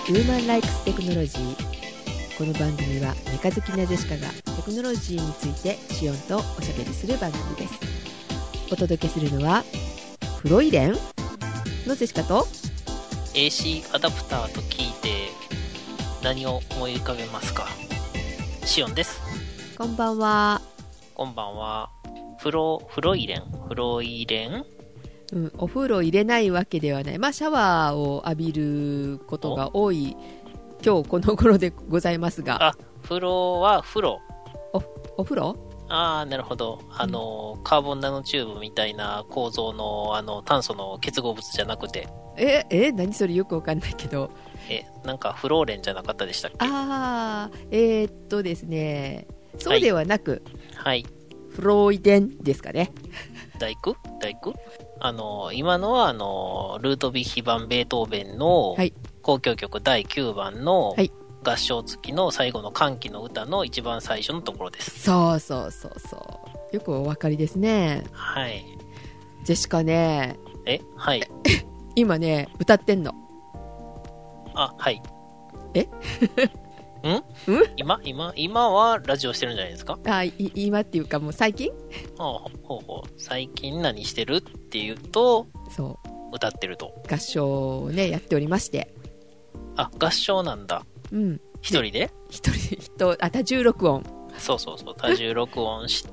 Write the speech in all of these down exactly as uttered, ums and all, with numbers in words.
ウーマンライクステクノロジー。この番組はメカ好きなジェシカがテクノロジーについてシオンとおしゃべりする番組です。お届けするのはフロイレンのジェシカとエーシー アダプターと聞いて何を思い浮かべますか？シオンです。 こんばんは。 こんばんは。フロフロイレンフロイレンうん、お風呂入れないわけではない、まあ、シャワーを浴びることが多い今日この頃でございますが、 あ、風呂は風呂。 お、お風呂？ ああ、なるほど。あの、うん、カーボンナノチューブみたいな構造のあの炭素の結合物じゃなくて、 ええ何それよくわかんないけど、 えなんかフローレンじゃなかったでしたっけ？ ああ、えー、っとですね、そうではなく、 はい、はい、 フロイデンですかね。 大工大工あの今のはあのルートヴィヒ版ベートーベンの交響曲だいきゅうばんの合唱付きの最後の歓喜の歌の一番最初のところです。 そうそうそうそう、よくお分かりですね。 はい。 ジェシカね、 えはい今ね歌ってんの。 あ、はいえんん今今今はラジオしてるんじゃないですか？ あ、い今っていうかもう最近？ ほうほうほう。最近何してるっていうと、 そう歌ってると。 合唱をねやっておりまして。 あ、合唱なんだ。 うん。 一人で？ 一人人あ多重録音。 そうそうそう、多重録音して、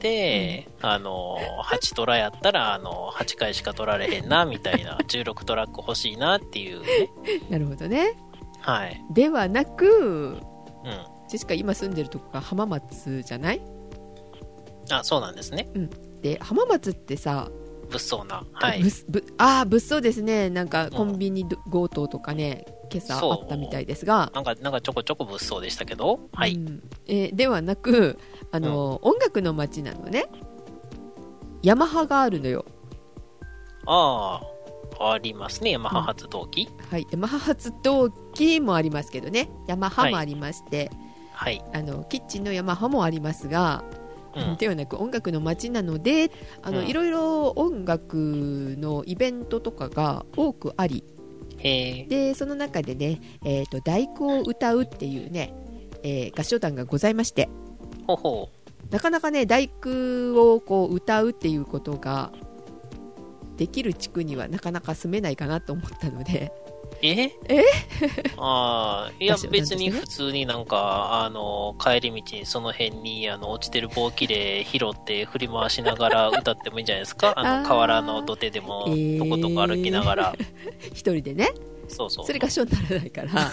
うん、あのはちトラやったらあのはちかいしか取られへんなみたいなじゅうろくトラック欲しいなっていう、ね、 なるほどね。 はい。 ではなく、 うん、 ジェシカ今住んでるとこが浜松じゃない？ あ、そうなんですね。 うん。で浜松ってさ、 物騒な、はい、 ぶぶあ物騒ですね。なんかコンビニ強盗とかね、今朝あったみたいですが、 なんかなんかちょこちょこ物騒でしたけど、はい、うん、 えー、ではなくあの、うん、音楽の街なのね。ヤマハがあるのよ。 ああ、ありますね。ヤマハ発動機、 うん、はい、ヤマハ発動機もありますけどね、ヤマハもありまして、 はい、 あのキッチンのヤマハもありますが、うん、ではなく音楽の街なので、あの、うん、いろいろ音楽のイベントとかが多くあり、 へでその中でね、えーと、第九を歌うっていうね、えー、合唱団がございまして、 ほほうなかなかね第九をこう歌うっていうことができる地区にはなかなか住めないかなと思ったので、 ええあいや別に普通になんかあの帰り道にその辺にあの落ちてる棒切れ拾って振り回しながら歌ってもいいんじゃないですか？あの河原の土手でもとことこ歩きながら、えー、一人でね。 そうそう、 それ合唱にならないから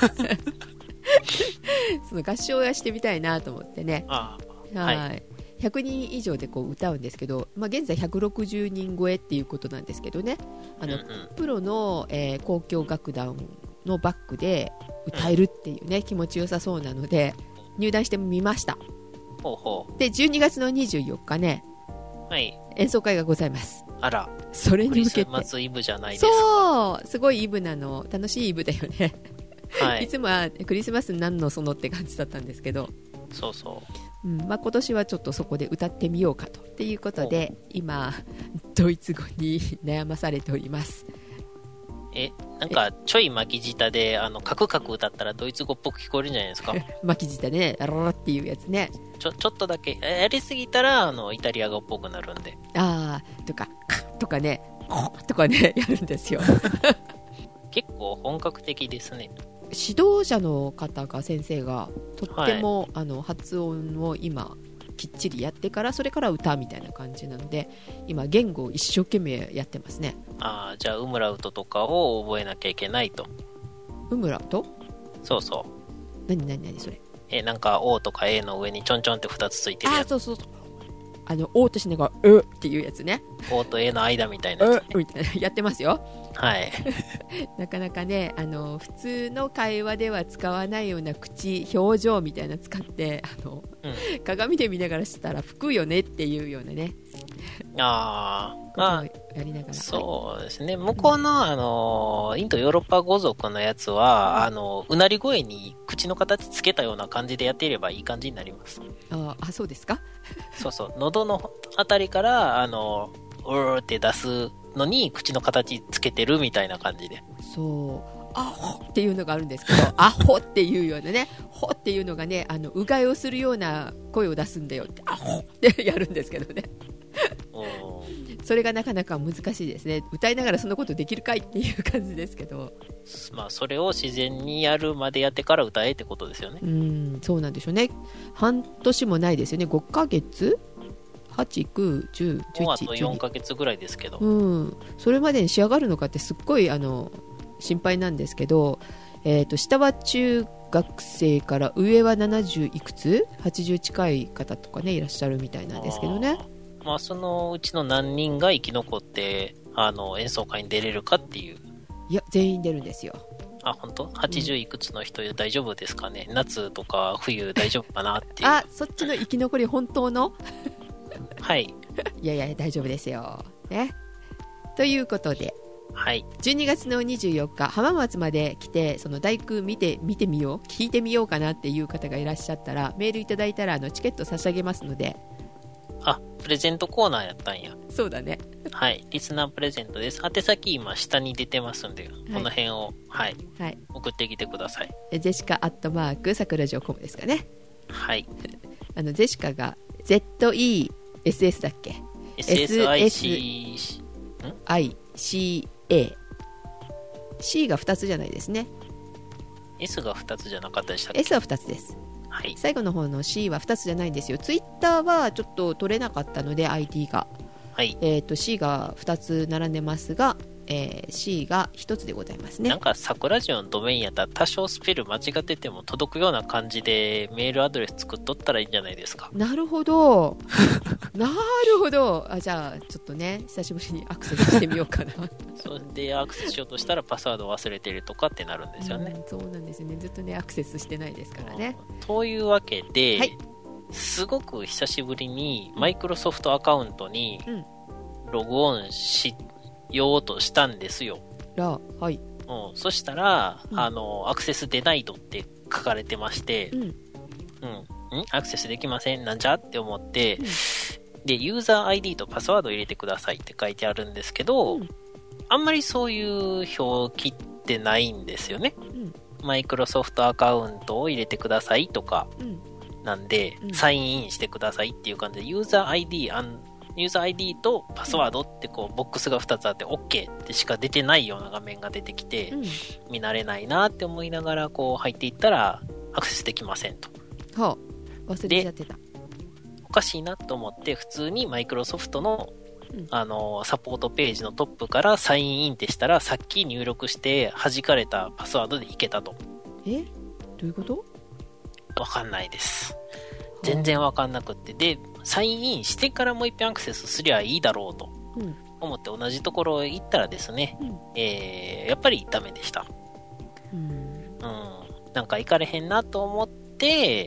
その合唱をしてみたいなと思ってね。 あはい、はい、ひゃくにん以上でこう歌うんですけど、まあ、現在ひゃくろくじゅうにん超えっていうことなんですけどね、あの、うんうん、プロの、えー、交響楽団のバックで歌えるっていうね、うん、気持ちよさそうなので入団してみました。 ほうほう。 でじゅうにがつのにじゅうよっかね、 はい、 演奏会がございます。 あら、 それに向けてクリスマスイブじゃないですか。 そうすごいイブなの、楽しいイブだよねはい、 いつもはクリスマスなんのそのって感じだったんですけど、 そうそう、 うん、まあ、今年はちょっとそこで歌ってみようかとっていうことで今ドイツ語に悩まされております。 えなんかちょい巻き舌であのカクカク歌ったらドイツ語っぽく聞こえるんじゃないですか？ 巻き舌でね、ラララっていうやつね。 ちょちょっとだけやりすぎたらあのイタリア語っぽくなるんで、 ああとかカとかねとかねやるんですよ結構本格的ですね。 指導者の方が先生がとっても、はい、あの発音を今きっちりやってからそれから歌みたいな感じなので今言語を一生懸命やってますね。 ああ、じゃあウムラウトとかを覚えなきゃいけないと。 ウムラウト？ そうそう。 何何何それ？ えなんか O とか A の上にちょんちょんってふたつついてるやつ。 あ、そうそうそう、あの O としながらうっていうやつね。 O と A の間みたいなやつ、ね、 みたいなやってますよ。 はいなかなかね、あの普通の会話では使わないような口表情みたいな使ってあの、うん、鏡で見ながらしたら吹くよねっていうようなね、 ああ、 やりながら、 そうですね。向こうの、あのインドヨーロッパ語族のやつは、あのうなり声に口の形つけたような感じでやっていればいい感じになります。 ああ、そうですか。 そうそう、喉のあたりからあのうーって出すのに口の形つけてるみたいな感じで。 そう、 アホっていうのがあるんですけどアホっていうようなね、ホっていうのがね、あのうがいをするような声を出すんだよって、アホってやるんですけどねそれがなかなか難しいですね。歌いながらそんなことできるかいっていう感じですけど、 まあそれを自然にやるまでやってから歌えってことですよね。 うん、そうなんでしょうね。半年もないですよね。ごかげつはち、きゅう、じゅう、じゅういち、 もうあとよんかげつぐらいですけど、 うん、それまでに仕上がるのかってすっごいあの心配なんですけど、えーと、下は中学生から上はななじゅういくつはちじゅう近い方とかねいらっしゃるみたいなんですけどね。 あ、まあ、そのうちの何人が生き残ってあの演奏会に出れるかっていう。 いや全員出るんですよ。 あ、本当？ はちじゅう いくつの人大丈夫ですかね、うん、夏とか冬大丈夫かなっていう。 あ、そっちの生き残り本当のはいいやいや大丈夫ですよ、ね、ということで、 はい、 じゅうにがつのにじゅうよっか浜松まで来てその第九見て見てみよう聞いてみようかなっていう方がいらっしゃったらメールいただいたらあのチケット差し上げますので。 あ、プレゼントコーナーやったんや。 そうだね。 はい、リスナープレゼントです。宛先今下に出てますんで、はい、この辺を、はい、はい、送ってきてください。 ジェシカアットマークさくらじょうコムですかね。 はいあのジェシカが ゼットイーエスエス だっけエスエスアイシーアイシーエー C がふたつじゃないですね。 S がふたつじゃなかったでしたっけ？ S はふたつです、はい、最後の方の C はふたつじゃないんですよ。ツイッターはちょっと取れなかったので アイディー が、はい、えー、と C がふたつ並んでますが、えー、C がひとつでございますね。 なんか桜ジオのドメインやったら多少スペル間違ってても届くような感じでメールアドレス作っとったらいいんじゃないですか。 なるほどなるほど。あ、じゃあちょっとね久しぶりにアクセスしてみようかなそれでアクセスしようとしたらパスワード忘れてるとかってなるんですよね。 うん、そうなんですよね。ずっとねアクセスしてないですからね。 というわけで、 はい、 すごく久しぶりにマイクロソフトアカウントにログオンしようとしたんですよ。 ら、はい、 うん、そしたら、うん、あのアクセスデナイドって書かれてまして、うんうん、んアクセスできませんなんじゃって思って、うん、でユーザー アイディー とパスワードを入れてくださいって書いてあるんですけど、うん、あんまりそういう表記ってないんですよね。マイクロソフトアカウントを入れてくださいとか、うん、なんで、うん、サインインしてくださいっていう感じでユーザー アイディー ユーザー アイディー とパスワードってこうボックスがふたつあって OK ってしか出てないような画面が出てきて、うん、見慣れないなって思いながらこう入っていったらアクセスできませんと。 はあ、忘れちゃってた。 おかしいなと思って普通にマイクロソフトの、うん、あのサポートページのトップからサインインってしたらさっき入力して弾かれたパスワードでいけたと。 え、どういうこと？ わかんないです。全然わかんなくって。で、サインインしてからもう一遍アクセスすりゃいいだろうと思って同じところへ行ったらですね、うん、えー、やっぱりダメでした。うん、うん、なんか行かれへんなと思って、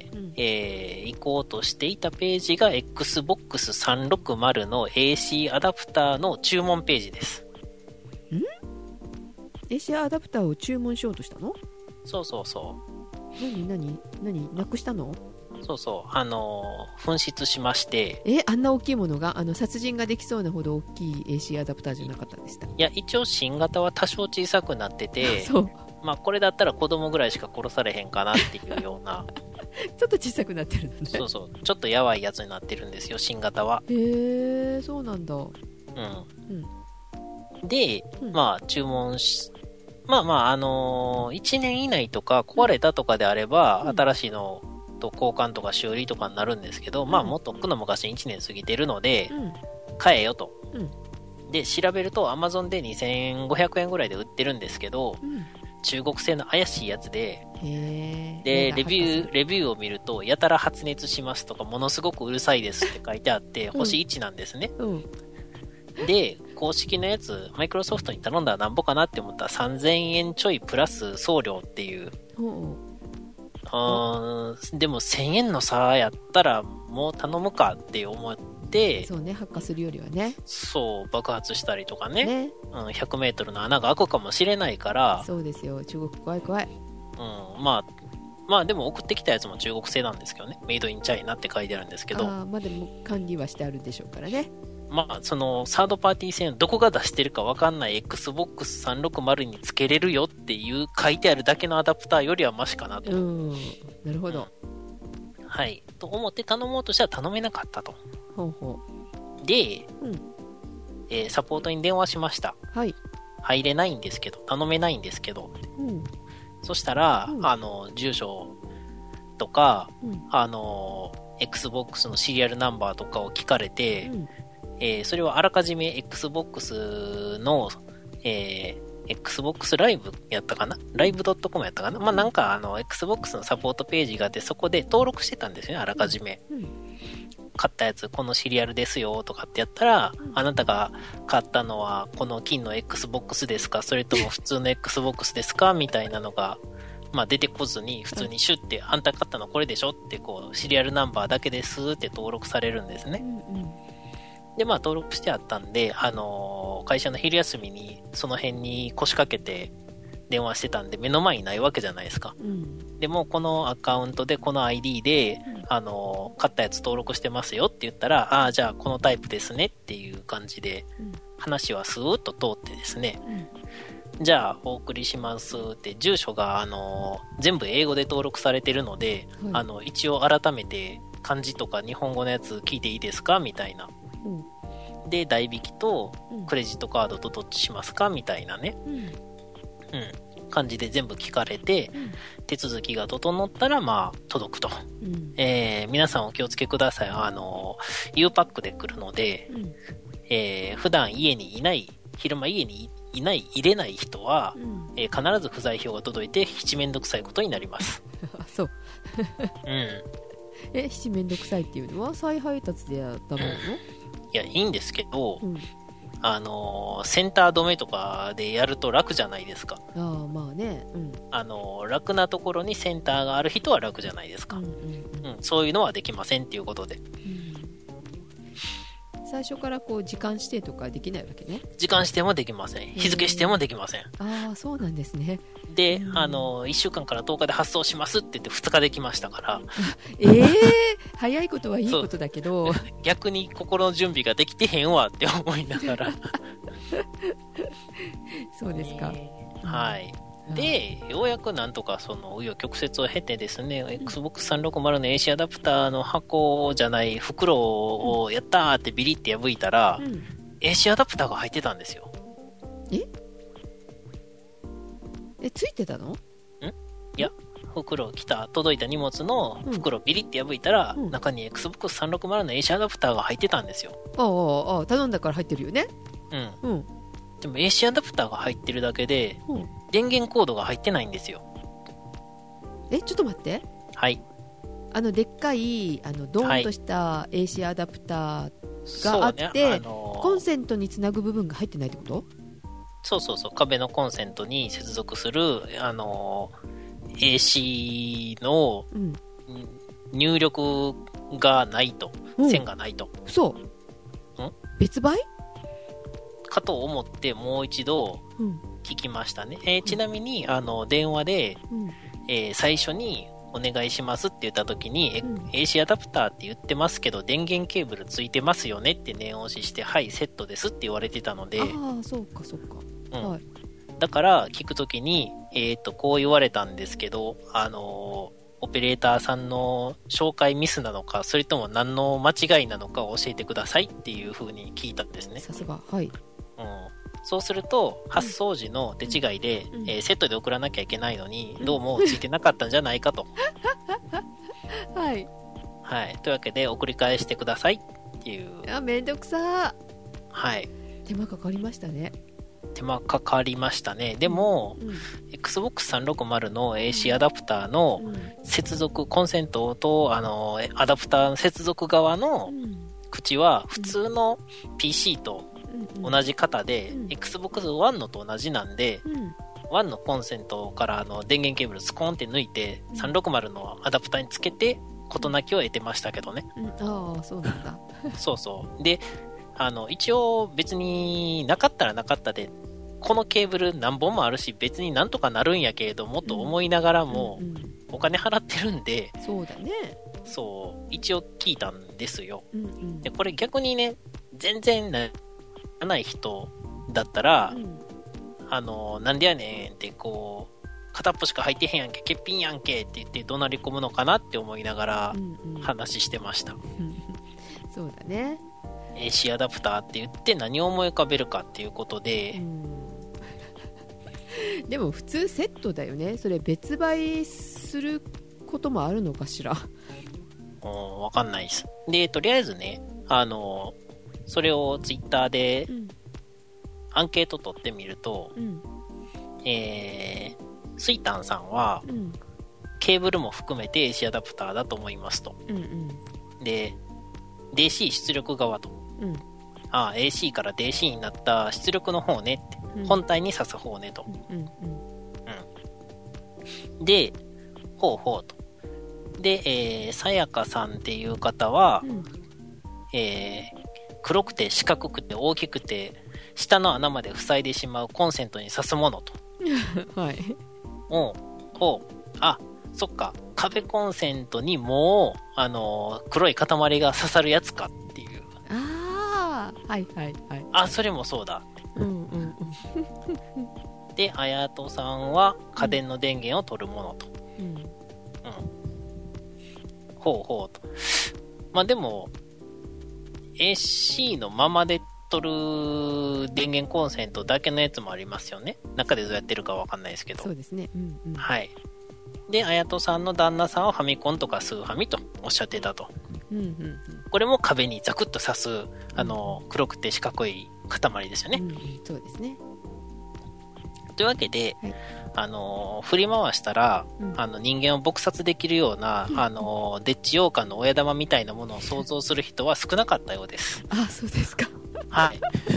うん、えー、行こうとしていたページが エックスボックスさんびゃくろくじゅう の エーシー アダプターの注文ページです。 ん？ エーシー アダプターを注文しようとしたの？ そうそうそう。 何何何なくしたの？ そうそう、あのー、紛失しまして。 え、あんな大きいものが、あの殺人ができそうなほど大きい エーシー アダプターじゃなかったんでした？いや、一応新型は多少小さくなっててそうまあこれだったら子供ぐらいしか殺されへんかなっていうようなちょっと小さくなってるのね。 そうそう、ちょっとやばいやつになってるんですよ、新型は。 へえ、そうなんだ。うん、 うん、で、うん、まあ注文しまあまああのー、いちねん以内とか壊れたとかであれば、うん、新しいのと交換とか修理とかになるんですけど、うん、まあもっと奥の昔にいちねん過ぎてるので、うん、買えよと、うん、で調べると Amazon でにせんごひゃくえんぐらいで売ってるんですけど、うん、中国製の怪しいやつで、でレビューレビューを見るとやたら発熱しますとかものすごくうるさいですって書いてあって、うん、星いちなんですね、うん、で公式のやつマイクロソフトに頼んだらなんぼかなって思ったらさんぜんえんちょいプラス送料っていう、うんあでもせんえんの差やったらもう頼むかって思ってそうね、発火するよりはねそう爆発したりとか ね, ね、うん、ひゃくメートルの穴が開くかもしれないからそうですよ、中国怖い怖い、 うん、まあまあでも送ってきたやつも中国製なんですけどね、メイドインチャイナって書いてあるんですけど、 あまあでも管理はしてあるでしょうからね、 まあ、その、サードパーティー製のどこが出してるかわかんない エックスボックスさんびゃくろくじゅう につけれるよっていう書いてあるだけのアダプターよりはマシかなと。 うん。なるほど。 うん、はい。と思って頼もうとしては頼めなかったと。 ほうほう。で、 うん、 えー、サポートに電話しました。 はい。 入れないんですけど、頼めないんですけど。 うん、そしたら、うん、あの、住所とか、うん、あの、Xbox のシリアルナンバーとかを聞かれて、うん、えー、それはあらかじめ Xbox の、えー、Xbox ライブやったかなライブドットコムやったかなまあ、なんかあの、Xbox のサポートページがあって、そこで登録してたんですよね、あらかじめ。うん、買ったやつ、このシリアルですよとかってやったら、うん、あなたが買ったのはこの金の Xbox ですかそれとも普通の Xbox ですかみたいなのが、まあ、出てこずに普通にシュッて、あんた買ったのこれでしょってこうシリアルナンバーだけですって登録されるんですね、うんうん、でまあ登録してあったんで、あのー、会社の昼休みにその辺に腰掛けて電話してたんで目の前にないわけじゃないですか、うん、でもこのアカウントでこの アイディー で、うん、あのー、買ったやつ登録してますよって言ったら、ああじゃあこのタイプですねっていう感じで、うん、話はスーッと通ってですね、うん、じゃあお送りしますって住所が、あのー、全部英語で登録されてるので、はい、あの一応改めて漢字とか日本語のやつ聞いていいですかみたいな、うん、で代引きとクレジットカードとどっちしますかみたいなね、うん、うん、感じで全部聞かれて、うん、手続きが整ったらまあ届くと、うん、えー、皆さんお気をつけください。あの U パックで来るので、うん、えー、普段家にいない昼間家にいない入れない人は、うん、えー、必ず不在票が届いて七面倒くさいことになりますそううんえ七面倒くさいっていうのは再配達でやったの、うん、いやいいんですけど、うん、あのー、センター止めとかでやると楽じゃないですか。 ああまあね、うん、 あのー、楽なところにセンターがある人は楽じゃないですか、うんうんうんうん、そういうのはできませんっていうことで、うん、 最初からこう時間指定とかできないわけね。 時間指定もできません。日付指定もできません。 ああそうなんですね。 で、うん、あのー、いっしゅうかんからとおかで発送しますって言ってふつかできましたからええー、早いことはいいことだけど逆に心の準備ができてへんわって思いながらそうですか、 えー、はい、でようやくなんとかその紆余曲折を経てですね、うん、エックスボックスさんびゃくろくじゅう の エーシー アダプターの箱じゃない袋をやったーってビリって破いたら、うん、エーシー アダプターが入ってたんですよ。 ええついてたの？ん？ いや袋来た届いた荷物の袋ビリって破いたら、うん、中に エックスボックスさんびゃくろくじゅう の エーシー アダプターが入ってたんですよ。 ああああ頼んだから入ってるよね。 うん、うん、でも エーシー アダプターが入ってるだけで、うん、電源コードが入ってないんですよ。 えちょっと待って。 はい、 あのでっかいあのドーンとした エーシー アダプターがあって、はいねあのー、コンセントにつなぐ部分が入ってないってこと？ そうそうそう、壁のコンセントに接続する、あのー、エーシー の入力がないと、うん、線がないと。 そう。ん？別売？ かと思ってもう一度聞きましたね。うん、えー、ちなみにあの電話で、うんえー、最初にお願いしますって言った時に、うん、エーシー アダプターって言ってますけど電源ケーブルついてますよねって念押ししてはいセットですって言われてたので、 ああそうかそうか、 うんはい、だから聞く時に、えー、とこう言われたんですけど、あのー、オペレーターさんの紹介ミスなのかそれとも何の間違いなのかを教えてくださいっていう風に聞いたんですね。 さすがはい、うん、 そうすると発送時の手違いで、うんえー、セットで送らなきゃいけないのに、うん、どうもついてなかったんじゃないかとはい、 はい、というわけで送り返してくださいっていう。 あめんどくさはい、 手間かかりましたね。 手間かかりましたね。でも、うん、エックスボックスさんびゃくろくじゅう の エーシー アダプターの接続、コンセントとあのアダプターの接続側の口は普通の ピーシー と同じ型で、うん、エックスボックスワン のと同じなんで、うん、ワン のコンセントからあの電源ケーブルスコーンって抜いて、うん、さんびゃくろくじゅうのアダプターにつけて事なきを得てましたけどね、 うん、ああそうなんだそうそうであの一応別になかったらなかったでこのケーブル何本もあるし別になんとかなるんやけれどもと思いながらも、うんうんうん、お金払ってるんでそうだねそう一応聞いたんですよ、うんうん、でこれ逆にね全然ならない人だったら、 うん、 あの、なんでやねんってこう、片っぽしか入ってへんやんけ、欠品やんけって言って怒鳴り込むのかなって思いながら話してました。 うんうん、そうだね。 エーシー アダプターって言って何を思い浮かべるかっていうことで、うん、 でも普通セットだよね。それ別売することもあるのかしら。 わかんないです。で、とりあえずね、あの、それをツイッターでアンケート取ってみると、うん、えー、スイタンさんは、うん、ケーブルも含めて エーシー アダプターだと思いますと。うんうん、で、ディーシー 出力側と。うん、ああ、エーシー から ディーシー になった出力の方ねって。うん、本体に挿す方ねと。うんうんうん、で、ほうほうと。で、えー、さやかさんっていう方は、うん、えー、黒くて四角くて大きくて下の穴まで塞いでしまうコンセントに挿すものと。はい。おう、ほう、あ、そっか、壁コンセントにもう、あのー、黒い塊が刺さるやつかっていう。 ああ、はいはいはい。 あ、それもそうだって。うんうんうん。で、あやとさんは家電の電源を取るものと。うん。うん。ほうほうと。まあでも、エーシー のままで取る電源コンセントだけのやつもありますよね。中でどうやってるかわかんないですけど。 そうですね。うんうん。 はい。で、あやとさんの旦那さんはファミコンとかスーファミとおっしゃってたと。うんうんうん、これも壁にザクッと刺す、あの、黒くて四角い塊ですよね。うん、 そうですね。 というわけで、はい、あの、振り回したら、うん、あの、人間を撲殺できるような、うん、あの、デッチ羊羹の親玉みたいなものを想像する人は少なかったようです。 あ、そうですか。 はい。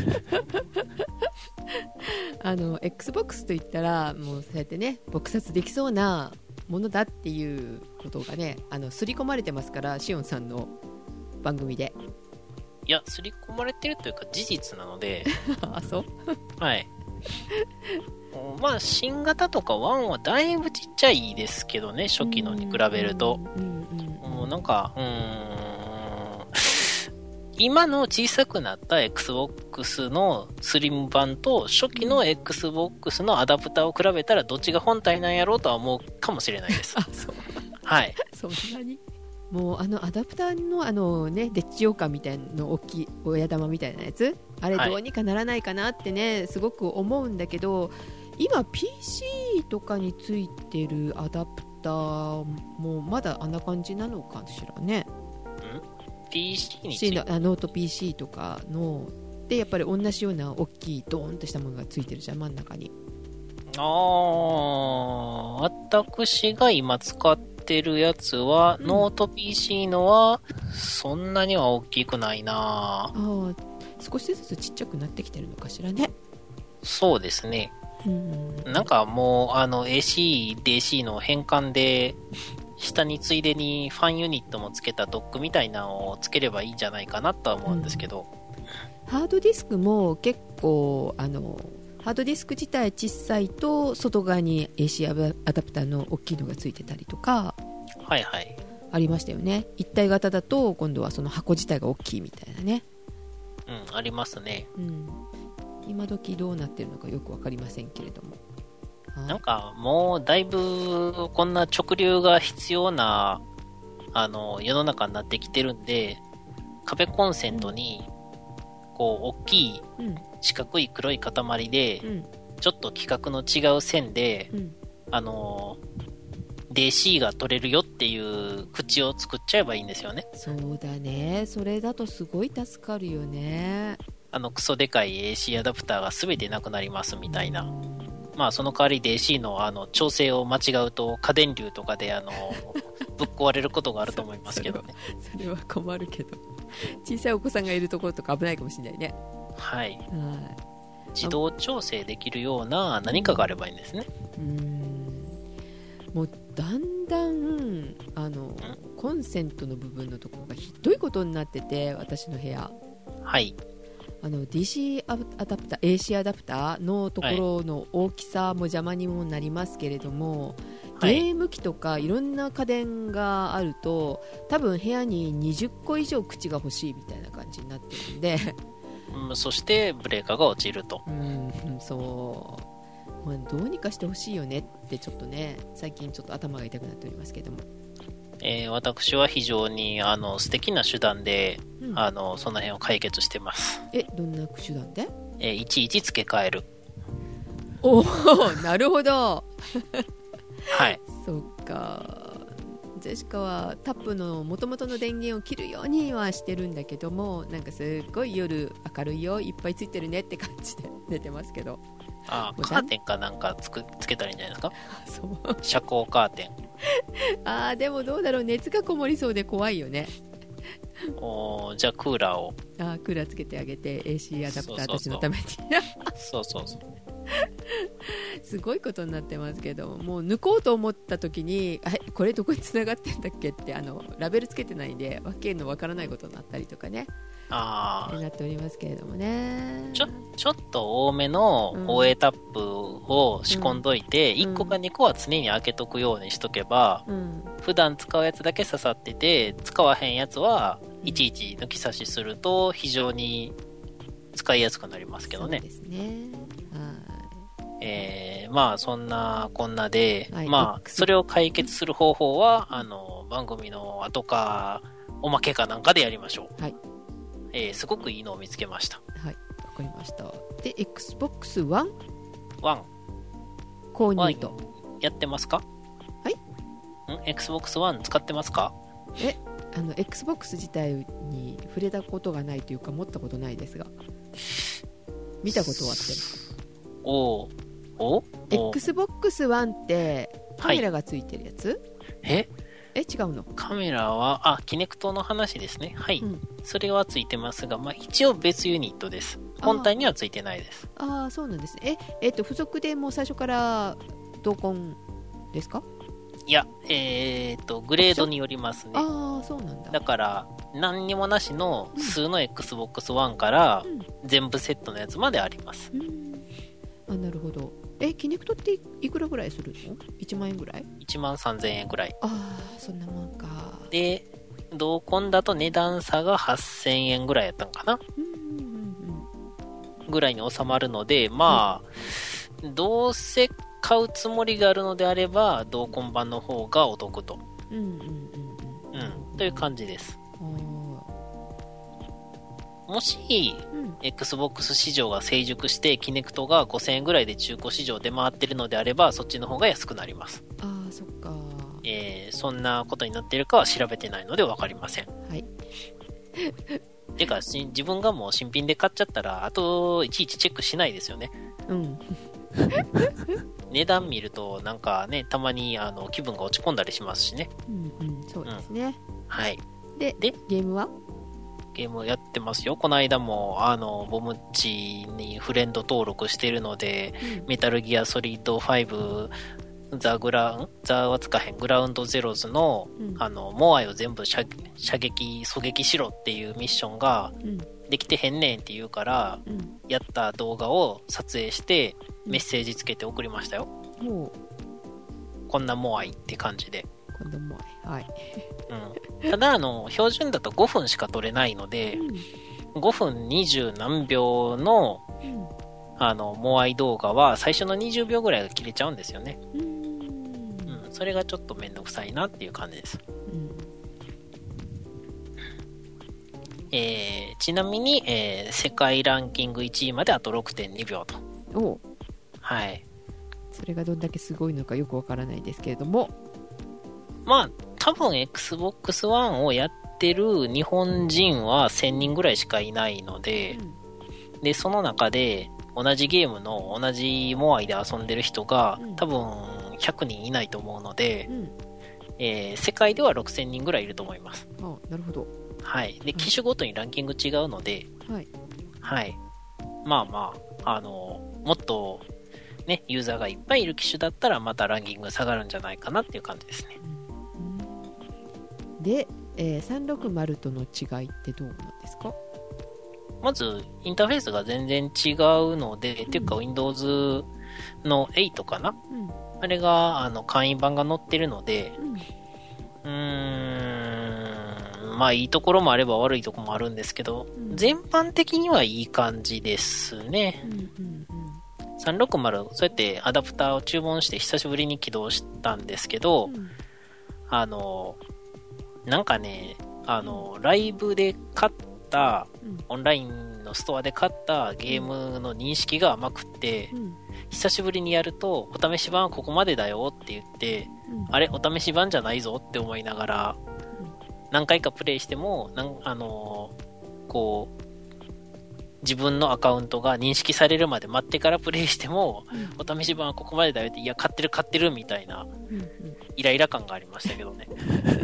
あの、Xbox といったら、もうそうやってね、撲殺できそうなものだっていうことがね、あの、刷り込まれてますから、シオンさんの番組で。 いや、刷り込まれてるというか事実なので。 あ、そうはい。まあ、新型とかワンはだいぶちっちゃいですけどね、初期のに比べると。もうなんか、うーん、今の小さくなった Xbox のスリム版と初期の Xbox のアダプターを比べたらどっちが本体なんやろうとは思うかもしれないです。 あ、そう。 はい。 そんなにもうあのアダプターのあのね、デッチ羊羹みたいな大きい親玉みたいなやつ、あれどうにかならないかなってね、はい、すごく思うんだけど、今 ピーシー とかについてるアダプターもまだあんな感じなのかしらね。んピーシー についてノート ピーシー とかのでやっぱり同じような大きいドーンとしたものがついてるじゃん、真ん中に。 ああ、私が今使ってるやつは、うん、ノート ピーシー のはそんなには大きくないな。 あ、少しずつちっちゃくなってきてるのかしらね。 そうですね。うん、なんかもうあの エーシー、ディーシー の変換で下についでにファンユニットもつけたドックみたいなのをつければいいんじゃないかなとは思うんですけど、 うん、ハードディスクも結構あのハードディスク自体小さいと外側に エーシー アダプターの大きいのがついてたりとか、 はいはい、 ありましたよね。一体型だと今度はその箱自体が大きいみたいなね。 うん、ありますね。うん、 今時どうなってるのかよく分かりませんけれども、 なんかもうだいぶこんな直流が必要なあの世の中になってきてるんで、壁コンセントにこう大きい四角い黒い塊で、うん、ちょっと規格の違う線で、うん、あの ディーシー が取れるよっていう口を作っちゃえばいいんですよね。 そうだね、それだとすごい助かるよね。 あのクソでかい エーシー アダプターが全てなくなりますみたいな。まあその代わり ディーシー のあの調整を間違うと過電流とかであのぶっ壊れることがあると思いますけどね。 それは困るけど、小さいお子さんがいるところとか危ないかもしれないね。 はい、はい、自動調整できるような何かがあればいいんですね。うーん、もうだんだんあのコンセントの部分のところがひどいことになってて、私の部屋、 はい、 あの ディーシー アダプター エーシー アダプターのところの大きさも邪魔にもなりますけれども、 ゲーム機とかいろんな家電があると、多分部屋ににじゅっこ以上口が欲しいみたいな感じになってるんで、 うん、そしてブレーカーが落ちると。 うん、そう、まあ、どうにかしてほしいよねってちょっとね、最近ちょっと頭が痛くなっておりますけども、 えー、私は非常にあの素敵な手段で、うん、あのその辺を解決してます。 え、どんな手段で？ えー、いちいち付け替える。 おお、なるほどはい。 そっか。ジェシカはタップの元々の電源を切るようにはしてるんだけども、なんかすっごい夜明るいよ、いっぱいついてるねって感じで寝てますけど。 ああ、カーテンかなんかつくつけたらいいんじゃないですか。 そう遮光カーテン。 ああ、でもどうだろう、熱がこもりそうで怖いよね。 おじゃあクーラーを。 ああ、クーラーつけてあげて エーシー アダプターたちのために。 そうそうそう。 すごいことになってますけど、もう抜こうと思った時に、あ、これどこに繋がってんだっけって、あのラベルつけてないんでわけのわからないことになったりとかね、 あなっておりますけれどもね。 ちょちょっと多めの オーエー タップを仕込んどいて、うん、いっこかにこは常に開けとくようにしとけば、うん、普段使うやつだけ刺さってて、使わへんやつはいちいち抜き差しすると非常に使いやすくなりますけどね。 そうですね。 えー、まあそんなこんなで、 はい、 まあそれを解決する方法はあの番組の後かおまけかなんかでやりましょう。 はい。 えー、すごくいいのを見つけました。 はい、わかりました。で エックスボックスワンワン購入とやってますか？ はい。 ん エックスボックスワン 使ってますか？ え、あの Xbox 自体に触れたことがないというか持ったことないですが、見たことはあって。 おーおエックスボックスワン ってカメラがついてるやつ？はい、 ええ違うの？ カメラはあキネクトの話ですね。はい、うん、それはついてますが、まあ、一応別ユニットです。本体にはついてないです。 ああ、そうなんですね。え、えっと付属でもう最初から同梱ですか？ いや、えー、っとグレードによりますね。 ああ、そうなんだ。 だから何にもなしの数の エックスボックスワン から全部セットのやつまであります。 うんうん、あ、なるほど。え、キネクトっていくらぐらいするの？いちまんえんぐらい？ いちまんさんぜんえんぐらい。 ああ、そんなもんか。 で、同梱だと値段差がはっせんえんぐらいやったんかな、うんうんうん、ぐらいに収まるので、まあ、うん、どうせ買うつもりがあるのであれば同梱版の方がお得と、うんうんうんうん、うん、という感じです。もし、うん、Xbox 市場が成熟してキネクトがごせんえんぐらいで中古市場で回ってるのであればそっちの方が安くなります。 ああ、そっか。 えー、そんなことになっているかは調べてないので分かりません。 はい。 てか自分がもう新品で買っちゃったらあといちいちチェックしないですよね。うん。値段見るとなんかね、たまにあの気分が落ち込んだりしますしね。 うんうん、そうですね。 うん、はい。 で、でゲームは？ ゲームやってますよ。この間もあのボムッチにフレンド登録してるので、うん、メタルギアソリッドファイブザグランザはつかへんグラウンドゼロズの、うん、あのモアイを全部射射撃狙撃しろっていうミッションができてへんねんって言うから、うん、やった動画を撮影してメッセージつけて送りましたよ。うん、こんなモアイって感じで。 こんなモアイ、はい。 うん、ただあの標準だとごふんしか撮れないので、うん、ごふんにじゅうなんびょうの、うん、あのモアイ動画は最初のにじゅうびょうぐらいが切れちゃうんですよね。うん、うん、それがちょっとめんどくさいなっていう感じです。うん、えー、ちなみに、えー、世界ランキングいちいまであと ろくてんにびょうと。 お、 はい。 それがどんだけすごいのかよくわからないですけれども、 まあ多分 エックスボックスワン をやってる日本人はせんにんぐらいしかいないので、うん、でその中で同じゲームの同じモアイで遊んでる人が、うん、多分ひゃくにんいないと思うので、うん、えー、世界ではろくせんにんぐらいいると思います。 あ、なるほど。 はい。で機種ごとにランキング違うので、はい、はい、まあまああのもっとねユーザーがいっぱいいる機種だったらまたランキング下がるんじゃないかなっていう感じですね。 で、えー、さんびゃくろくじゅうとの違いってどうなんですか？ まずインターフェースが全然違うので、うん、っていうか Windows のエイトかな、 うん、 あれが、あの、簡易版が載ってるので、 うん、 うーん、まあいいところもあれば悪いところもあるんですけど、 うん、 全般的にはいい感じですね。 うん、うん、 さんろくまる、そうやってアダプターを注文して久しぶりに起動したんですけど、 うん、 あの、なんかね、あの、ライブで買った、 うん、 オンラインのストアで買ったゲームの認識が甘くって、 うん、 久しぶりにやると、お試し版はここまでだよって言って、 うん、 あれ、お試し版じゃないぞって思いながら、何回かプレイしても、なんあのーこう、自分のアカウントが認識されるまで待ってからプレイしても、うん、お試し版はここまでだよって、いや、買ってる買ってるみたいな、うんうん、イライラ感がありましたけどね。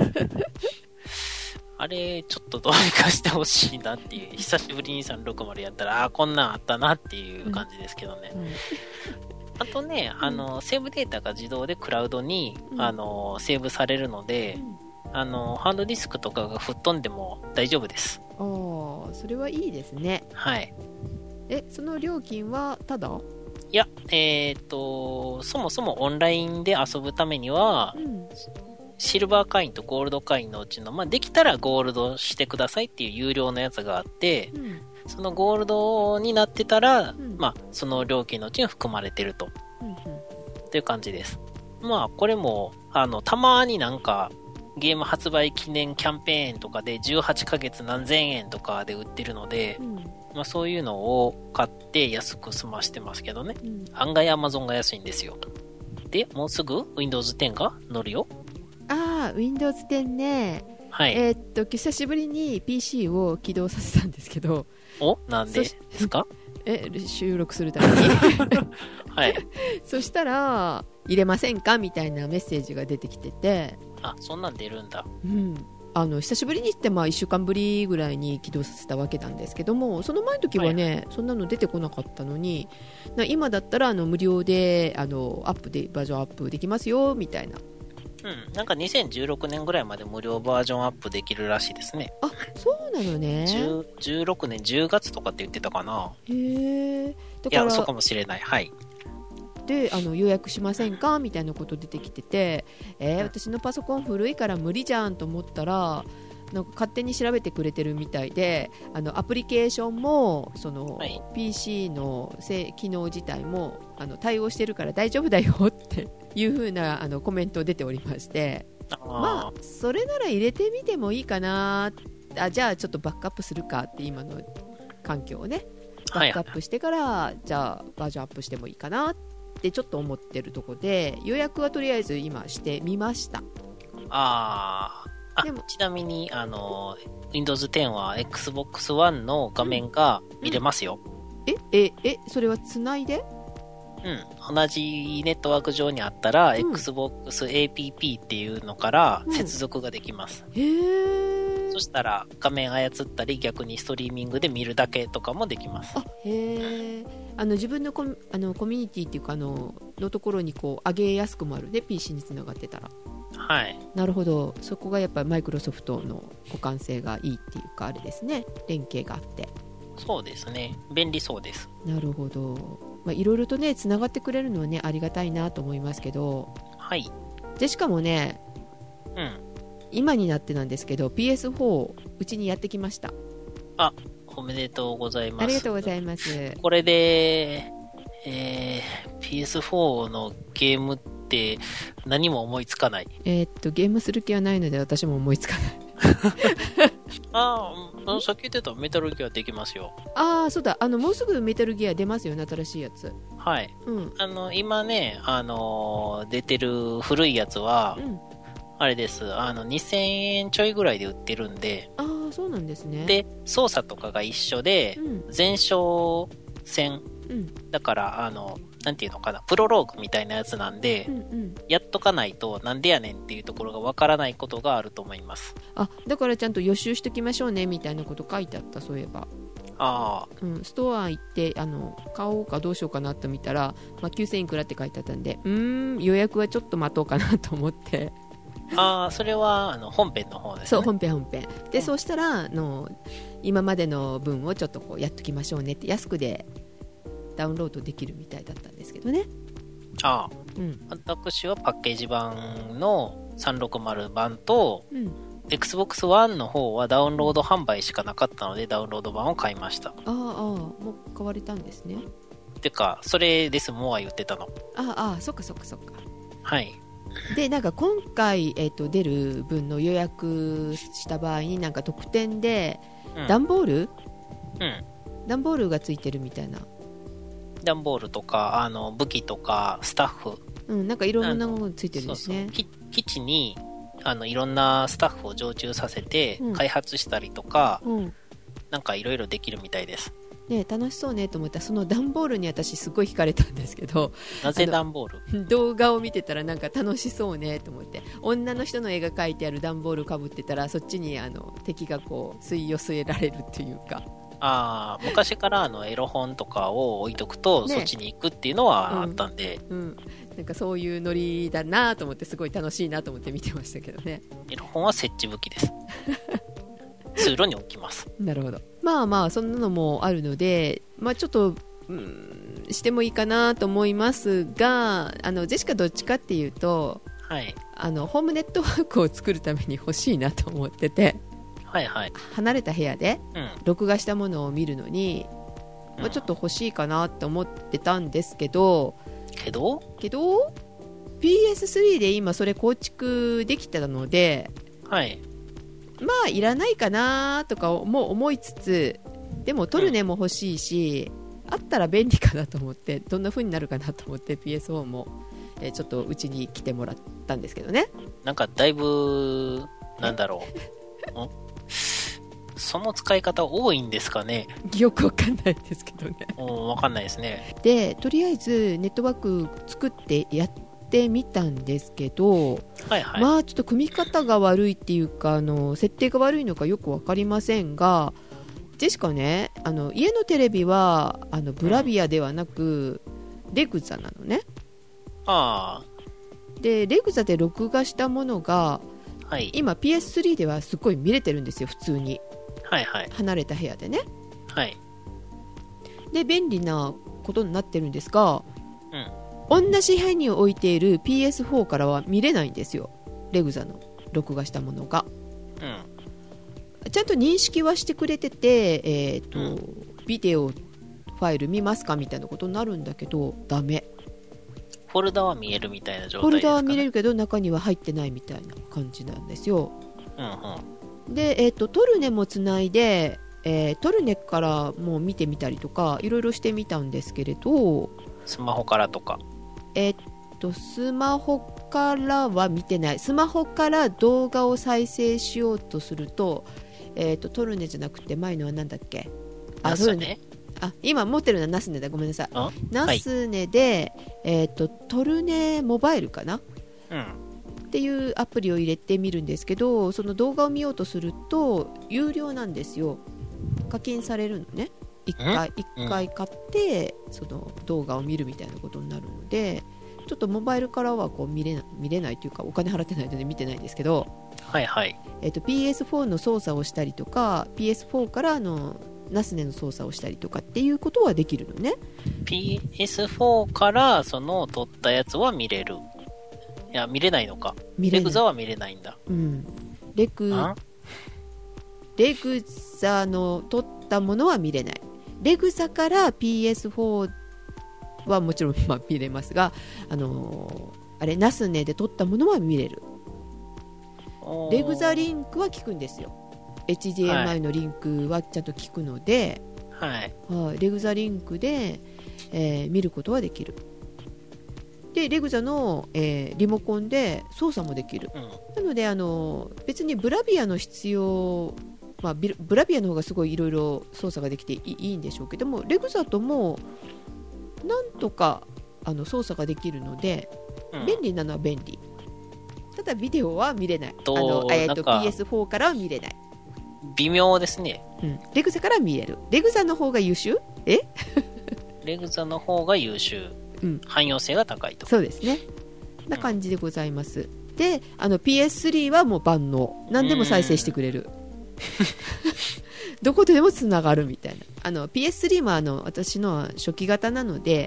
あれ、ちょっとどうにかしてほしいなっていう、久しぶりにさんろくまるやったら、ああ、こんなんあったなっていう感じですけどね。うんうん、あとね、あの、セーブデータが自動でクラウドに、うん、あの、セーブされるので、うん、あの、ハードディスクとかが吹っ飛んでも大丈夫です。 ああ、それはいいですね。 はい。 え、その料金はただ？ いや、えっと、そもそもオンラインで遊ぶためには、うん、シルバー会員とゴールド会員のうちの、まあ、できたらゴールドしてくださいっていう有料のやつがあって、うん、そのゴールドになってたら、うん、まあ、その料金のうちに含まれてると、うんうん、という感じです。まあ、これも、あの、たまになんか、ゲーム発売記念キャンペーンとかでじゅうはちかげつ何千円とかで売ってるので、うん、まあ、そういうのを買って安く済ましてますけどね、うん、案外 Amazon が安いんですよ。で、もうすぐ ウィンドウズテン が乗るよ。 ああ、ウィンドウズテン ね。はい。えー、っと、久しぶりに ピーシー を起動させたんですけど。 お、なんでですか？ え、収録するために。 はい。 そしたら、入れませんかみたいなメッセージが出てきてて。 あ、そんなん出るんだ。 うん。あの、久しぶりにって、まあ、いっしゅうかんぶりぐらいに起動させたわけなんですけども、その前の時はね、はい、そんなの出てこなかったのに、今だったら、あの、無料で、あの、アップで、バージョンアップできますよ、みたいな。 うん、なんかにせんじゅうろくねんぐらいまで無料バージョンアップできるらしいですね。 あ、そうなのね。 じゅうろくねんじゅうがつとかって言ってたかな。 へえ。 いや、そうかもしれない。はい。 で、あの予約しませんかみたいなこと出てきてて、えー、私のパソコン古いから無理じゃんと思ったら、なんか勝手に調べてくれてるみたいで、あのアプリケーションもその、はい、ピーシー の機能自体もあの対応してるから大丈夫だよっていう風なあのコメント出ておりまして、あ、まあそれなら入れてみてもいいかなあ、じゃあちょっとバックアップするかって今の環境をねバックアップしてから、はい、じゃあバージョンアップしてもいいかなってちょっと思ってるところで、予約はとりあえず今してみました。 ああ、でもちなみにあの ウィンドウズテン は エックスボックスワン の画面が見れますよ。 うんうん、えええそれはつないで？ うん、同じネットワーク上にあったら、うん、エックスボックスエーピーピー っていうのから接続ができます。 うん、へー。 そしたら画面操ったり逆にストリーミングで見るだけとかもできます。 あ、へー。あの自分のコミ、あのコミュニティっていうかあののところにこう上げやすくもあるね、 ピーシー につながってたら。 はい。 なるほど。そこがやっぱりマイクロソフトの互換性がいいっていうかあれですね、連携があって。 そうですね、便利そうです。 なるほど。まあ、いろいろとねつながってくれるのはねありがたいなと思いますけど、 はい。 でしかもね、うん、今になってなんですけど ピーエスフォー うちにやってきました。 あ、おめでとうございます。 ありがとうございます。 これで、えー、ピーエスフォー のゲームって何も思いつかない。 えー、っとゲームする気はないので私も思いつかない。 ああ、さっき言ってたメタルギアできますよ。 ああ、そうだ、あのもうすぐメタルギア出ますよね、新しいやつ。 はい、うん、あの今ね、あのー、出てる古いやつは、うん、あれです、あのにせんえんちょいぐらいで売ってるんで。 ああ、そうなんですね。 で操作とかが一緒で、うん、前哨戦、うん、だからあのなんていうのかな、プロローグみたいなやつなんで、うんうん、やっとかないとなんでやねんっていうところがわからないことがあると思います。 あ、だからちゃんと予習しときましょうねみたいなこと書いてあった、そういえば。 あ、 うん、ストア行ってあの買おうかどうしようかなと見たら、まあ、きゅうせんいくらって書いてあったんで、うーん、予約はちょっと待とうかなと思って。 ああ、それはあの本編の方ですね。 そう、本編本編で、うん、そうしたらあの今までの分をちょっとこうやっときましょうねって、安くでダウンロードできるみたいだったんですけどね。 ああ、うん、私はパッケージ版のさんびゃくろくじゅう版と、うん、Xbox One の方はダウンロード販売しかなかったのでダウンロード版を買いました。ああ、もう買われたんですね。 てかそれですもんは言ってたの。 ああ、そっかそっかそっか。 はい。 でなんか今回、えー、と出る分の予約した場合になんか特典で、うん、段ボール、うん、段ボールがついてるみたいな。 段ボールとかあの武器とかスタッフ、 うん、なんかいろんなものがついてるんですね。 そうそう、基地にあのいろんなスタッフを常駐させて開発したりとか、うん、なんかいろいろできるみたいです。 ね、楽しそうねと思ったらその段ボールに私すごい惹かれたんですけど、 なぜ段ボール？ 動画を見てたらなんか楽しそうねと思って、女の人の絵が描いてある段ボールかぶってたらそっちにあの敵がこう吸い寄せられるっていうか、 あ、昔からあのエロ本とかを置いとくと、ね、そっちに行くっていうのはあったんで、 うんうん、なんかそういうノリだなと思ってすごい楽しいなと思って見てましたけどね。 エロ本は設置武器です通路に置きます。 なるほど。まあまあそんなのもあるので、まあ、ちょっと、うん、してもいいかなと思いますが、あのジェシカどっちかっていうと、はい、あのホームネットワークを作るために欲しいなと思ってて、 はいはい、 離れた部屋で録画したものを見るのに、うん、まあ、ちょっと欲しいかなって思ってたんですけどけどけど ピーエススリー で今それ構築できたので、はい、まあいらないかなとかも思いつつ、でもトルネも欲しいし、うん、あったら便利かなと思って、どんな風になるかなと思って ピーエスフォー も、えー、ちょっとうちに来てもらったんですけどね。 なんかだいぶなんだろうその使い方多いんですかね。 よくわかんないですけどね。 うん、わかんないですね。 でとりあえずネットワーク作ってやってみたんですけど、はいはい、まあちょっと組み方が悪いっていうか、あの設定が悪いのかよく分かりませんが、ジェシカね、あの家のテレビはあのブラビアではなく、うん、レグザなのね。あでレグザで録画したものが、はい、今 ピーエススリー ではすごい見れてるんですよ、普通に、はいはい、離れた部屋でね、はい、で便利なことになってるんですが、うん、同じ部屋に置いている ピーエスフォー からは見れないんですよ、レグザの録画したものが、うん、ちゃんと認識はしてくれてて、えーとうん、ビデオファイル見ますかみたいなことになるんだけどダメ。 フォルダは見えるみたいな状態ですかね。 フォルダは見れるけど中には入ってないみたいな感じなんですよ、うんうん、で、えーと、トルネもつないで、えー、トルネからもう見てみたりとかいろいろしてみたんですけれど、 スマホからとか、 えーと、スマホからは見てない。スマホから動画を再生しようとすると、えーと、トルネじゃなくて前のはなんだっけ、あ、トルネ、あ、今持ってるのはナスネだ、ごめんなさい。ナスネで、はい、えーと、トルネモバイルかな、うん、っていうアプリを入れてみるんですけど、その動画を見ようとすると有料なんですよ。課金されるのね。いっかい、いっかい買ってその動画を見るみたいなことになるので、ちょっとモバイルからはこう見れな、見れないというかお金払ってないので見てないんですけど、はいはい、えーと、ピーエスフォー の操作をしたりとか ピーエスフォー からのナスネの操作をしたりとかっていうことはできるのね。 ピーエスフォー からその撮ったやつは見れる。いや見れないのか。レグザは見れないんだ、うん、 レグレグザの撮ったものは見れない。レグザから ピーエスフォー はもちろんまあ見れますが、あのー、あれナスネで撮ったものは見れる。レグザリンクは効くんですよ。エイチディーエムアイ のリンクはちゃんと効くので、はいはい、レグザリンクで、えー、見ることはできる。でレグザの、えー、リモコンで操作もできる、うん、なのであの別にブラビアの必要、まあ、ブラビアの方がすごいいろいろ操作ができて い, いいんでしょうけども、レグザともなんとかあの操作ができるので、うん、便利なのは便利。ただビデオは見れない。あの、えー、と ピーエスフォー からは見れない。 微妙ですね、 うん、レグザから見れる。レグザの方が優秀？えレグザの方が優秀、うん、汎用性が高いと。 そうですね、な感じでございます、うん、であの ピーエススリー はもう万能、何でも再生してくれるどこでもつながるみたいな。あの ピーエススリー もあの私のは初期型なので、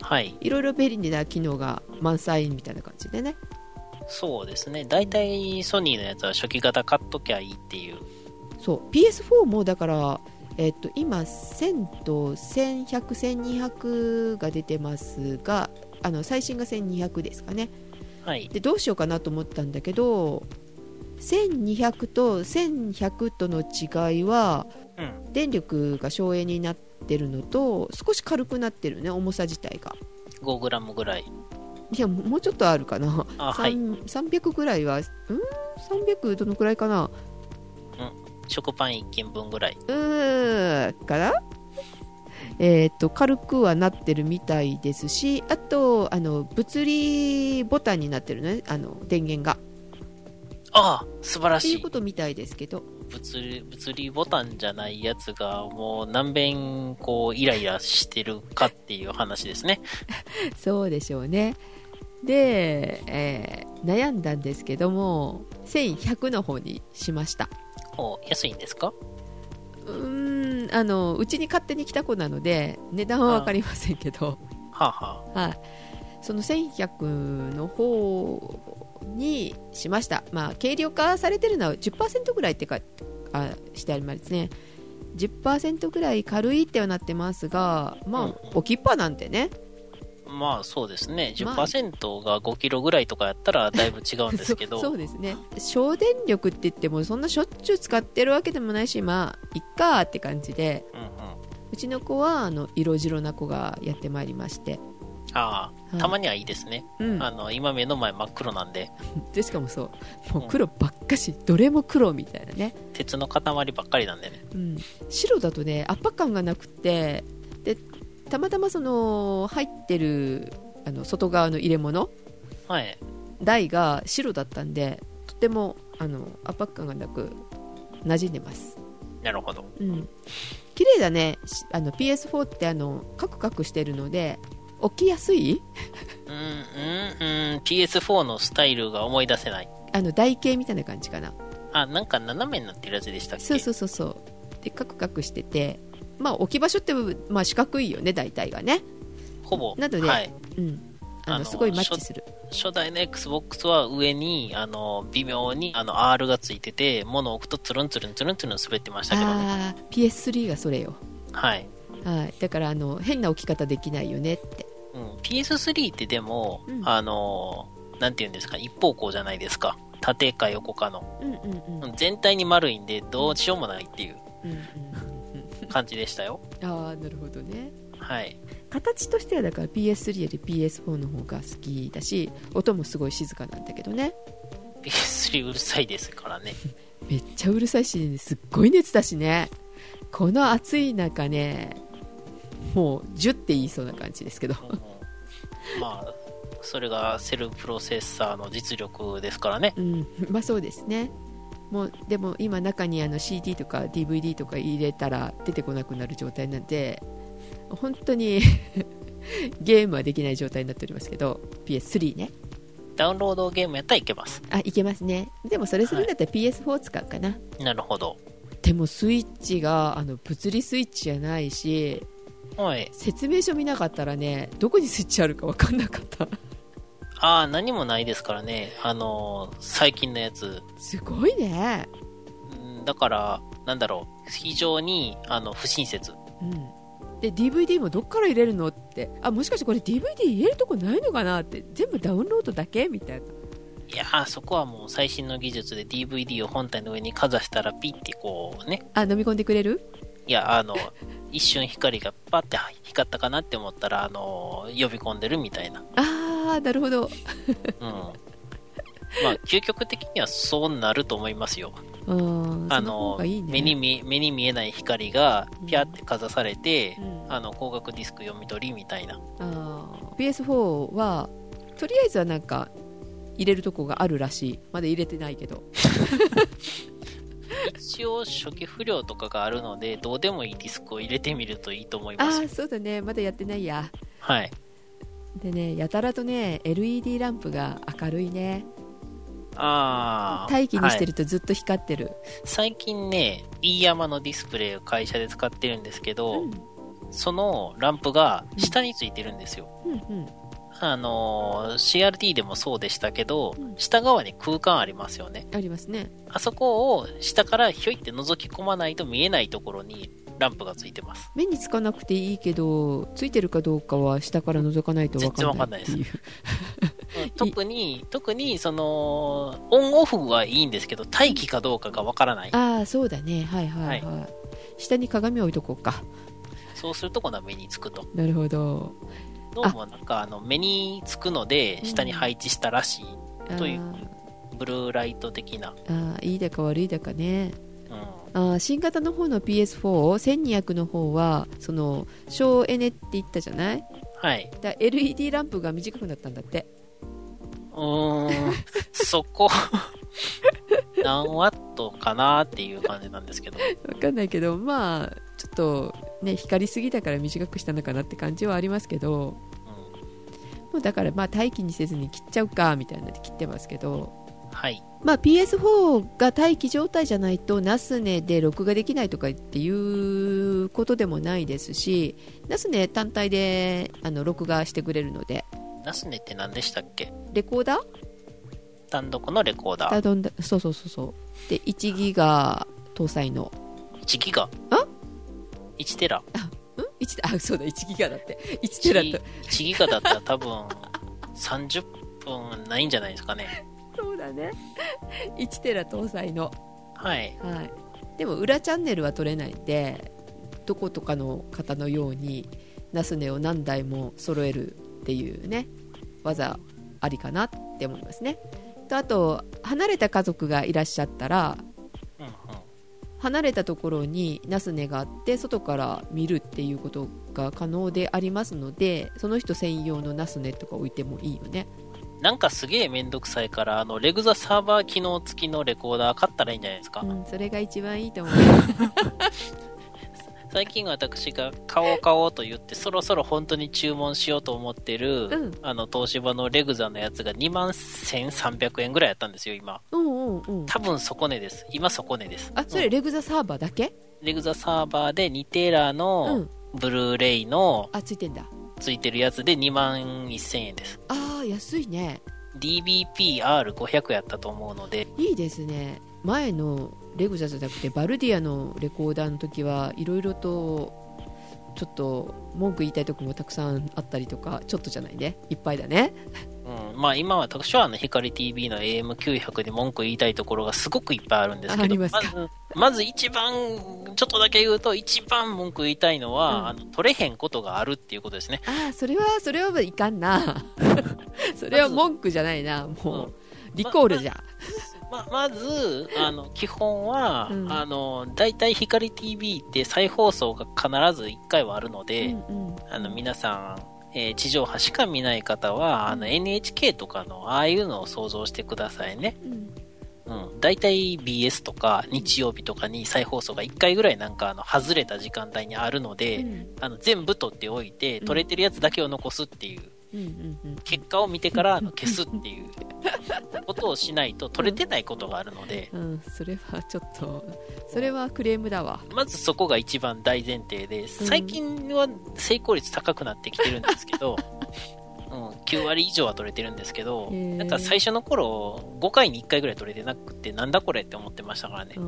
はい、 いろいろ便利な機能が満載みたいな感じでね。 そうですね。大体ソニーのやつは初期型買っときゃいいっていう。 そう ピーエスフォー もだから、えっと、今せんとせんひゃく、せんにひゃくが出てますが、あの最新がせんにひゃくですかね。 はい、 でどうしようかなと思ったんだけど、せんにひゃくとせんひゃくとの違いは、うん、電力が省エネになってるのと少し軽くなってるね、重さ自体がごグラム ぐらい。 いやもうちょっとあるかな。 あ、はい、 さんびゃくぐらいは、んさんびゃくどのくらいかな、 うん、食パンいっけんぶんぐらい。 うーかな。えー、と軽くはなってるみたいですし、あとあの物理ボタンになってるね、あの電源が。 ああ、素晴らしい。 っていうことみたいですけど、 物理、物理ボタンじゃないやつがもう何遍こうイライラしてるかっていう話ですね。 そうでしょうね。で、えー、悩んだんですけどもせんひゃくの方にしました。 お、安いんですか？ うーん、あのうちに勝手に来た子なので値段は分かりませんけど、 はあはあ、 はい、そのせんひゃくの方にしました。まあ軽量化されてるのは じゅっパーセント ぐらいってかあしてありますね。 じゅっパーセント ぐらい軽いってはなってますが、まあ、うん、置きっぱなんてね、 まあそうですね、 じゅっパーセント がごキロぐらいとかやったらだいぶ違うんですけどそ, そうですね、省電力って言ってもそんなしょっちゅう使ってるわけでもないし、まあいっかって感じで、うんうん、うちの子はあの色白な子がやってまいりまして、 ああ、はい、たまにはいいですね、うん、あの今目の前真っ黒なんででしかもそうもう黒ばっかし、うん、どれも黒みたいなね、 鉄の塊ばっかりなんでね、 うん、白だとね圧迫感がなくて、でたまたまその入ってるあの外側の入れ物、はい、台が白だったんで、とてもあの圧迫感がなく馴染んでます。 なるほど、 うん、綺麗だね。あの ピーエスフォー ってあのカクカクしてるので置きやすいうんうんうん、ピーエスフォー のスタイルが思い出せない。 あの台形みたいな感じかな。 あ、なんか斜めになってるやつでしたっけ？ そうそうそうそう。でカクカクしてて、まあ置き場所って、まあ、四角いよね大体がね。 ほぼなので、はい、うん、あのあのすごいマッチする。 初, 初代の Xbox は上にあの微妙にあの R がついてて、物を置くとツルンツルンツルンツルン滑ってましたけどね。 あ ピーエススリー がそれよ。 はい、 はい、だからあの変な置き方できないよねって、 うん、ピーエススリー ってでも、うん、あのなんていうんですか、一方向じゃないですか、縦か横かの、うんうんうん、全体に丸いんでどうしようもないっていう感じでしたよ。 ああ、なるほどね。 はい、 形としてはだから ピーエススリー より ピーエスフォー の方が好きだし、音もすごい静かなんだけどね。 ピーエススリー うるさいですからねめっちゃうるさいし、ね、すっごい熱だしね。この暑い中ね、もうジュって言いそうな感じですけど、うん、 まあそれがセルプロセッサーの実力ですからね、 うん、まあそうですね。もうでも今中にあの シーディー とか ディーブイディー とか入れたら出てこなくなる状態なんで、本当にゲームはできない状態になっておりますけど、 ピーエススリー ね。 ダウンロードゲームやったらいけます。 あ、いけますね。でもそれするんだったら ピーエスフォー 使うかな、はい、 なるほど。 でもスイッチがあの物理スイッチじゃないし、はい、説明書見なかったらね、どこにスイッチあるか分かんなかったああ、何もないですからね、あのー、最近のやつすごいね。 だからなんだろう、非常にあの不親切、うん、 で ディーブイディー もどっから入れるのって、あ、もしかしてこれ ディーブイディー 入れるとこないのかなって、全部ダウンロードだけみたいな。 いやー、そこはもう最新の技術で ディーブイディー を本体の上にかざしたらピッてこうね、 あ、飲み込んでくれる。 いや、あの一瞬光がパッて光ったかなって思ったら、あの呼び込んでるみたいな。 あー、なるほど、うん、 まあ究極的にはそうなると思いますよ。あのいい、ね、目に見目に見えない光がピャってかざされて、うん、あの光学ディスク読み取りみたいな。 あ ピーエスフォー はとりあえずはなんか入れるとこがあるらしい。まだ入れてないけど一応初期不良とかがあるので、どうでもいいディスクを入れてみるといいと思います。 ああ、そうだね、まだやってないや。 はい。 でね、やたらとね エルイーディー ランプが明るいね。 あ、 待機にしてるとずっと光ってる、はい、 最近ね、イーヤマのディスプレイを会社で使ってるんですけど、うん、 そのランプが下についてるんですよ。 うんうん。 あのー、シーアールティー でもそうでしたけど、 うん、 下側に空間ありますよね。 ありますね。 あそこを下からひょいって覗き込まないと見えないところにランプがついてます。 目につかなくていいけど、ついてるかどうかは下から覗かないと分かんないっていう。 全然分かんないです。特に、特に、その、オンオフはいいんですけど、待機かどうかが分からない。 ああ、そうだね。はいはいはい。はい、下に鏡置いとこうか。 そうすると、この目につくと。 なるほど。 どうもなんか、あの、目につくので、下に配置したらしいという、ブルーライト的な。 ああ、いいだか悪いだかね。うん、あ新型の方の ピーエスフォー、せんにひゃくの方は、その、省エネって言ったじゃない？ はい。 だ エルイーディー ランプが短くなったんだって。 うーん、そこ、何ワットかなっていう感じなんですけど。 わかんないけど、まあ、ちょっと、ね、光りすぎだから短くしたのかなって感じはありますけど、うん、もうだからまあ待機にせずに切っちゃうかみたいなで切ってますけど、 はい、 まあ、ピーエスフォー が待機状態じゃないとナスネで録画できないとかっていうことでもないですし、ナスネ単体であの録画してくれるので。 ナスネって何でしたっけ？ レコーダー？ 単独のレコーダー。 そうそうそうそう。でいちギガ搭載のいちギガ？ あいちテラ。 あ、うん、いちあ、そうだ、いちギガだって。いちテラと。 いちギガだったら多分さんじゅっぷんないんじゃないですかね。 そうだね。いちテラ搭載の。 はい。 はい。でも裏チャンネルは取れないんで、どことかの方のようにナスネを何台も揃えるっていうね、技ありかなって思いますね。とあと離れた家族がいらっしゃったら、うんうん、離れたところにナスネがあって外から見るっていうことが可能でありますので、その人専用のナスネとか置いてもいいよね。 なんかすげえめんどくさいから、あのレグザサーバー機能付きのレコーダー買ったらいいんじゃないですか。 うん、それが一番いいと思う。 最近私が買おう買おうと言ってそろそろ本当に注文しようと思ってる、うん、あの東芝のレグザのやつがにまんせんさんびゃくえんぐらいやったんですよ今。うんうんうん、多分底値です。今底値です。 あ、それレグザサーバーだけ？ レグザサーバーでにテラのブルーレイの、 うん、あついてんだ。 ついてるやつでにまんせんえんです。 ああ安いね。 ディービーピーアールごひゃく やったと思うのでいいですね。前のレグザじゃなくてバルディアのレコーダーの時はいろいろとちょっと文句言いたいとこもたくさんあったりとか、ちょっとじゃないね、いっぱいだね。 うん、まあ今は私はあの光 ティーブイ の エーエムきゅうひゃく で文句言いたいところがすごくいっぱいあるんですけど、まずまず一番ちょっとだけ言うと一番文句言いたいのは、うん、あの取れへんことがあるっていうことですね。 ああ、それはそれはいかんな。それは文句じゃないな、もう、うん、リコールじゃ。 ままずあの基本は、うん、あのだいたい光 ティーブイ って再放送が必ずいっかいはあるので、うんうん、あの皆さん、えー、地上波しか見ない方は、うん、あの エヌエイチケー とかのああいうのを想像してくださいね。うんうん、だいたい ビーエス とか日曜日とかに再放送がいっかいぐらいなんかあの外れた時間帯にあるので、うん、あの全部撮っておいて撮れてるやつだけを残すっていう、うんうんうん、結果を見てからあの消すっていうことをしないと取れてないことがあるので、 うんうん、それはちょっとそれはクレームだわ。 まずそこが一番大前提で、最近は成功率高くなってきてるんですけど、うん、きゅうわり以上は取れてるんですけど、なんか最初の頃ごかいにいっかいぐらい取れてなくてなんだこれって思ってましたからね。うん、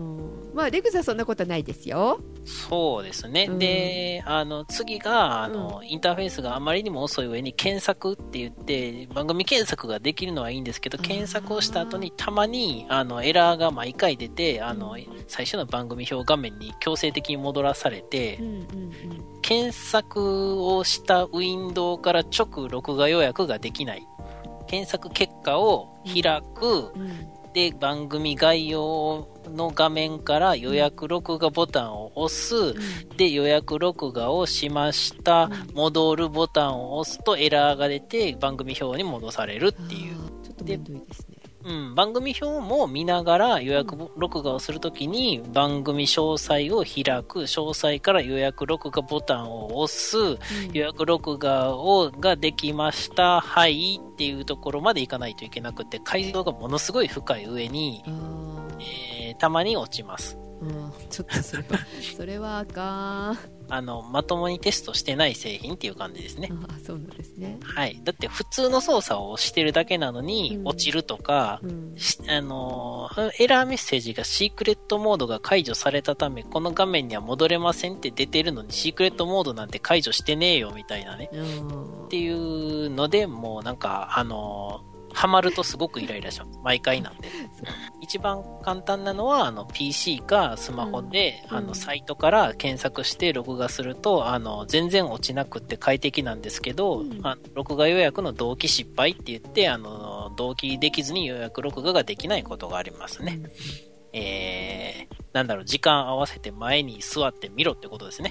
まあレグザそんなことないですよ。 そうですね、うん、であの次があの、うん、インターフェースがあまりにも遅い上に検索って言って番組検索ができるのはいいんですけど、検索をした後にたまにあのエラーが毎回出て、あの、うん、最初の番組表画面に強制的に戻らされて、うんうんうん、検索をしたウィンドウから直録画予約ができない、検索結果を開く、うんうん、で番組概要の画面から予約録画ボタンを押す、うん、で予約録画をしました、うん、戻るボタンを押すとエラーが出て番組表に戻されるっていう。 ちょっとめんどいですね。 うん、番組表も見ながら予約録画をするときに番組詳細を開く、詳細から予約録画ボタンを押す、うん、予約録画をができましたはいっていうところまでいかないといけなくて、解像がものすごい深い上に、えー、たまに落ちます。 うん、ちょっとそれはそれはあかん。 あの、まともにテストしてない製品っていう感じですね。 ああ、そうなんですね。 はい。だって普通の操作をしてるだけなのに、 うん、 落ちるとか、 うん、 あの、エラーメッセージがシークレットモードが解除されたため、この画面には戻れませんって出てるのに、シークレットモードなんて解除してねえよみたいなね。 うん、 っていうので、もうなんか、あの、ハマるとすごくイライラします。毎回なんで。一番簡単なのは、あの、ピーシー かスマホで、うん、あの、サイトから検索して録画すると、あの、全然落ちなくって快適なんですけど、うん、あ録画予約の同期失敗って言って、あの、同期できずに予約録画ができないことがありますね。うん、えー、なんだろう、時間合わせて前に座って見ろってことですね。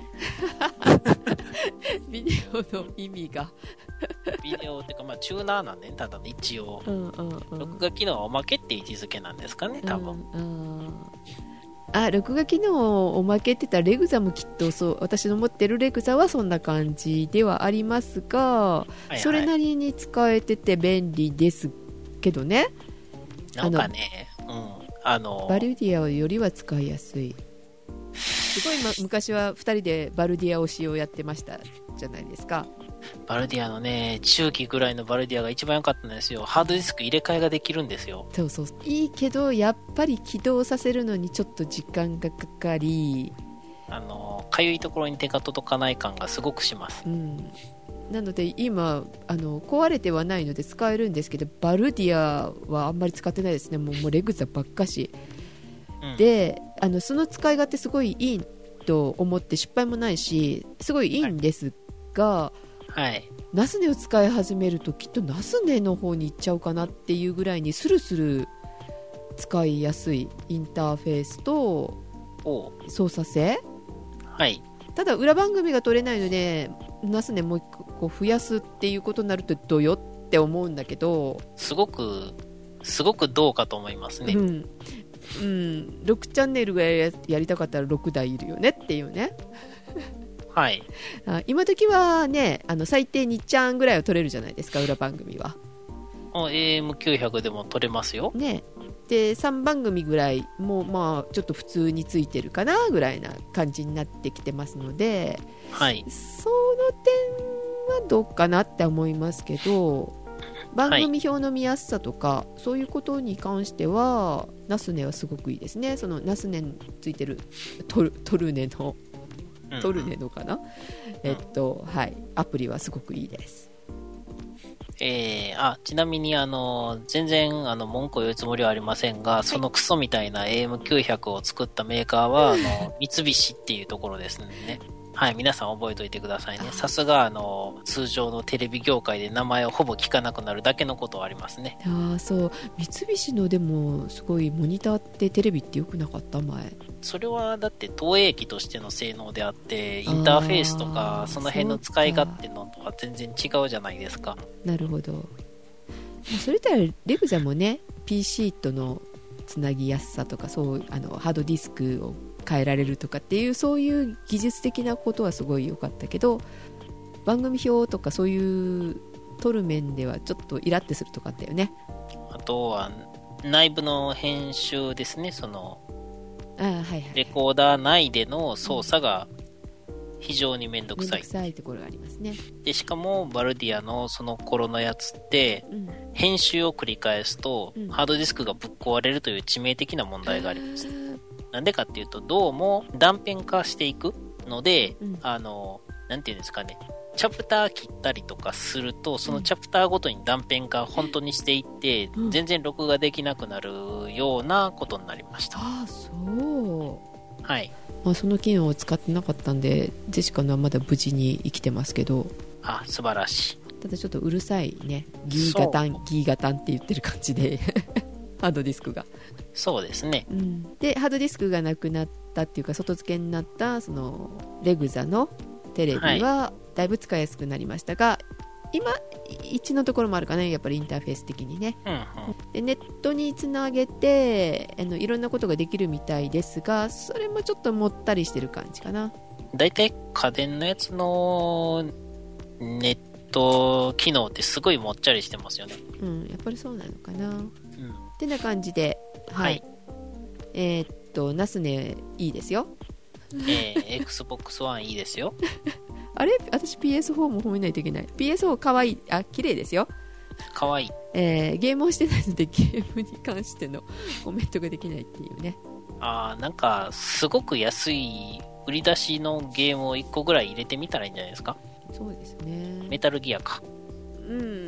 ビデオの意味が。 ビデオっていうか、まあ、チューナーなんで、ね、ただ一応、 うんうんうん、 録画機能はおまけって位置づけなんですかね、多分。 うんうん、あ、録画機能おまけって言ったらレグザもきっとそう、私の持ってるレグザはそんな感じではありますが、はいはい、それなりに使えてて便利ですけどね。 なんかね、うん、あのバルディアよりは使いやすい。すごい、ま、昔はふたりでバルディア推しをやってましたじゃないですか。 バルディアのね、中期ぐらいのバルディアが一番良かったんですよ。ハードディスク入れ替えができるんですよ。 そうそう、いいけどやっぱり起動させるのにちょっと時間がかかり、 あのかゆいところに手が届かない感がすごくします、 うん、なので今あの壊れてはないので使えるんですけど、バルディアはあんまり使ってないですね。もう、もうレグザばっかし、うん、であのその使い勝手すごいいいと思って失敗もないしすごいいいんですが、 はい、 ナスネを使い始めるときっとナスネの方に行っちゃうかなっていうぐらいにスルスル使いやすいインターフェースと操作性、 はい、 ただ裏番組が取れないのでナスネもう一個増やすっていうことになるとどうよって思うんだけど、 すごくすごくどうかと思いますね。 うんうん、ろくチャンネルが や, やりたかったらろくだいいるよねっていうね。 はい、 あ今時はね、あの最低にちゃんぐらいは取れるじゃないですか、裏番組は。 エーエムきゅうひゃく でも取れますよ、 ね、でさんばん組ぐらいもまあちょっと普通についてるかなぐらいな感じになってきてますので、 はい、 その点はどうかなって思いますけど、番組表の見やすさとか、はい、そういうことに関してはナスネはすごくいいですね。そのナスネについてるトル、トルネのトルネのかな、うん、えっとはい、アプリはすごくいいです。 えー、あちなみにあの全然あの文句を言うつもりはありませんが、はい、そのクソみたいな エーエムきゅうひゃく を作ったメーカーはあの三菱っていうところですね。はい、皆さん覚えておいてくださいね。さすがあの通常のテレビ業界で名前をほぼ聞かなくなるだけのことはありますね。 あそう三菱のでもすごいモニターってテレビってよくなかった前。 それはだって投影機としての性能であってインターフェースとかその辺の使い勝手のとは全然違うじゃないですか。 なるほど。それとはレグザもね ピーシー とのつなぎやすさとかそうあのハードディスクを変えられるとかっていうそういう技術的なことはすごい良かったけど、番組表とかそういう撮る面ではちょっとイラってするとかあったよね。 あとは内部の編集ですね。そのあ、はいはい、 レコーダー内での操作が非常にめんどくさい、 めんどくさいところがありますね。 でしかもバルディアのその頃のやつって、うん、編集を繰り返すと、うん、ハードディスクがぶっ壊れるという致命的な問題があります。なんでかっていうとどうも断片化していくので、うん、あのなんていうんですかね、チャプター切ったりとかするとそのチャプターごとに断片化本当にしていって、うん、全然録画できなくなるようなことになりました。 ああそう、 はい、 まあ、その機能を使ってなかったんでジェシカのはまだ無事に生きてますけど、 あ素晴らしい。 ただちょっとうるさいね、ギーガタンギーガタンって言ってる感じでハードディスクがそうですね、 うん、でハードディスクがなくなったっていうか外付けになったそのレグザのテレビはだいぶ使いやすくなりましたが、はい、今一のところもあるかな、やっぱりインターフェース的にね、うんうん、でネットにつなげてあのいろんなことができるみたいですが、それもちょっともったりしてる感じかな。 だいたい家電のやつのネット機能ってすごいもっちゃりしてますよね。 うん、やっぱりそうなのかな、うん、ってな感じで、はい、はい、えー、っとナスネいいですよえー、Xbox One いいですよ。 あれ私 ピーエスフォー も褒めないといけない。 ピーエスフォー かわいい、あ、綺麗ですよ。 かわいい、 えー、ゲームをしてないのでゲームに関してのコメントができないっていうね。 あーなんかすごく安い売り出しのゲームをいっこぐらい入れてみたらいいんじゃないですか。 そうですね。 メタルギアか。 うんうんうん。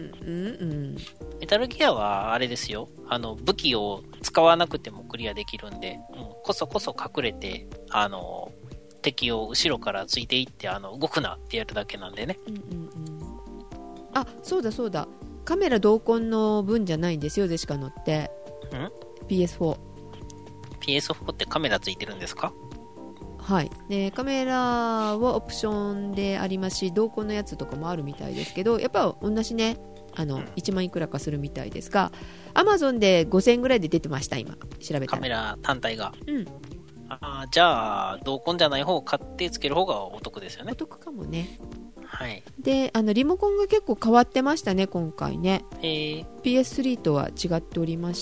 メタルギアはあれですよ、あの武器を使わなくてもクリアできるんで、うん、こそこそ隠れてあの敵を後ろからついていってあの動くなってやるだけなんでね。 うんうんうん。あ、そうだそうだ、カメラ同梱の分じゃないんですよ、ジェシカのって。ん ピーエスフォー。 ピーエスフォー ってカメラついてるんですか。 はい、でカメラはオプションでありますし、同梱のやつとかもあるみたいですけど、やっぱ同じね、あの、うん、いちまんいくらかするみたいですが、アマゾンでごせんえんぐらいで出てました。今調べたらカメラ単体が。 うん。 あ、じゃあ同梱じゃない方を買ってつける方がお得ですよね。 お得かもね。 はい。 で、あのリモコンが結構変わってましたね今回ね。 へー。 ピーエススリー とは違っておりまして、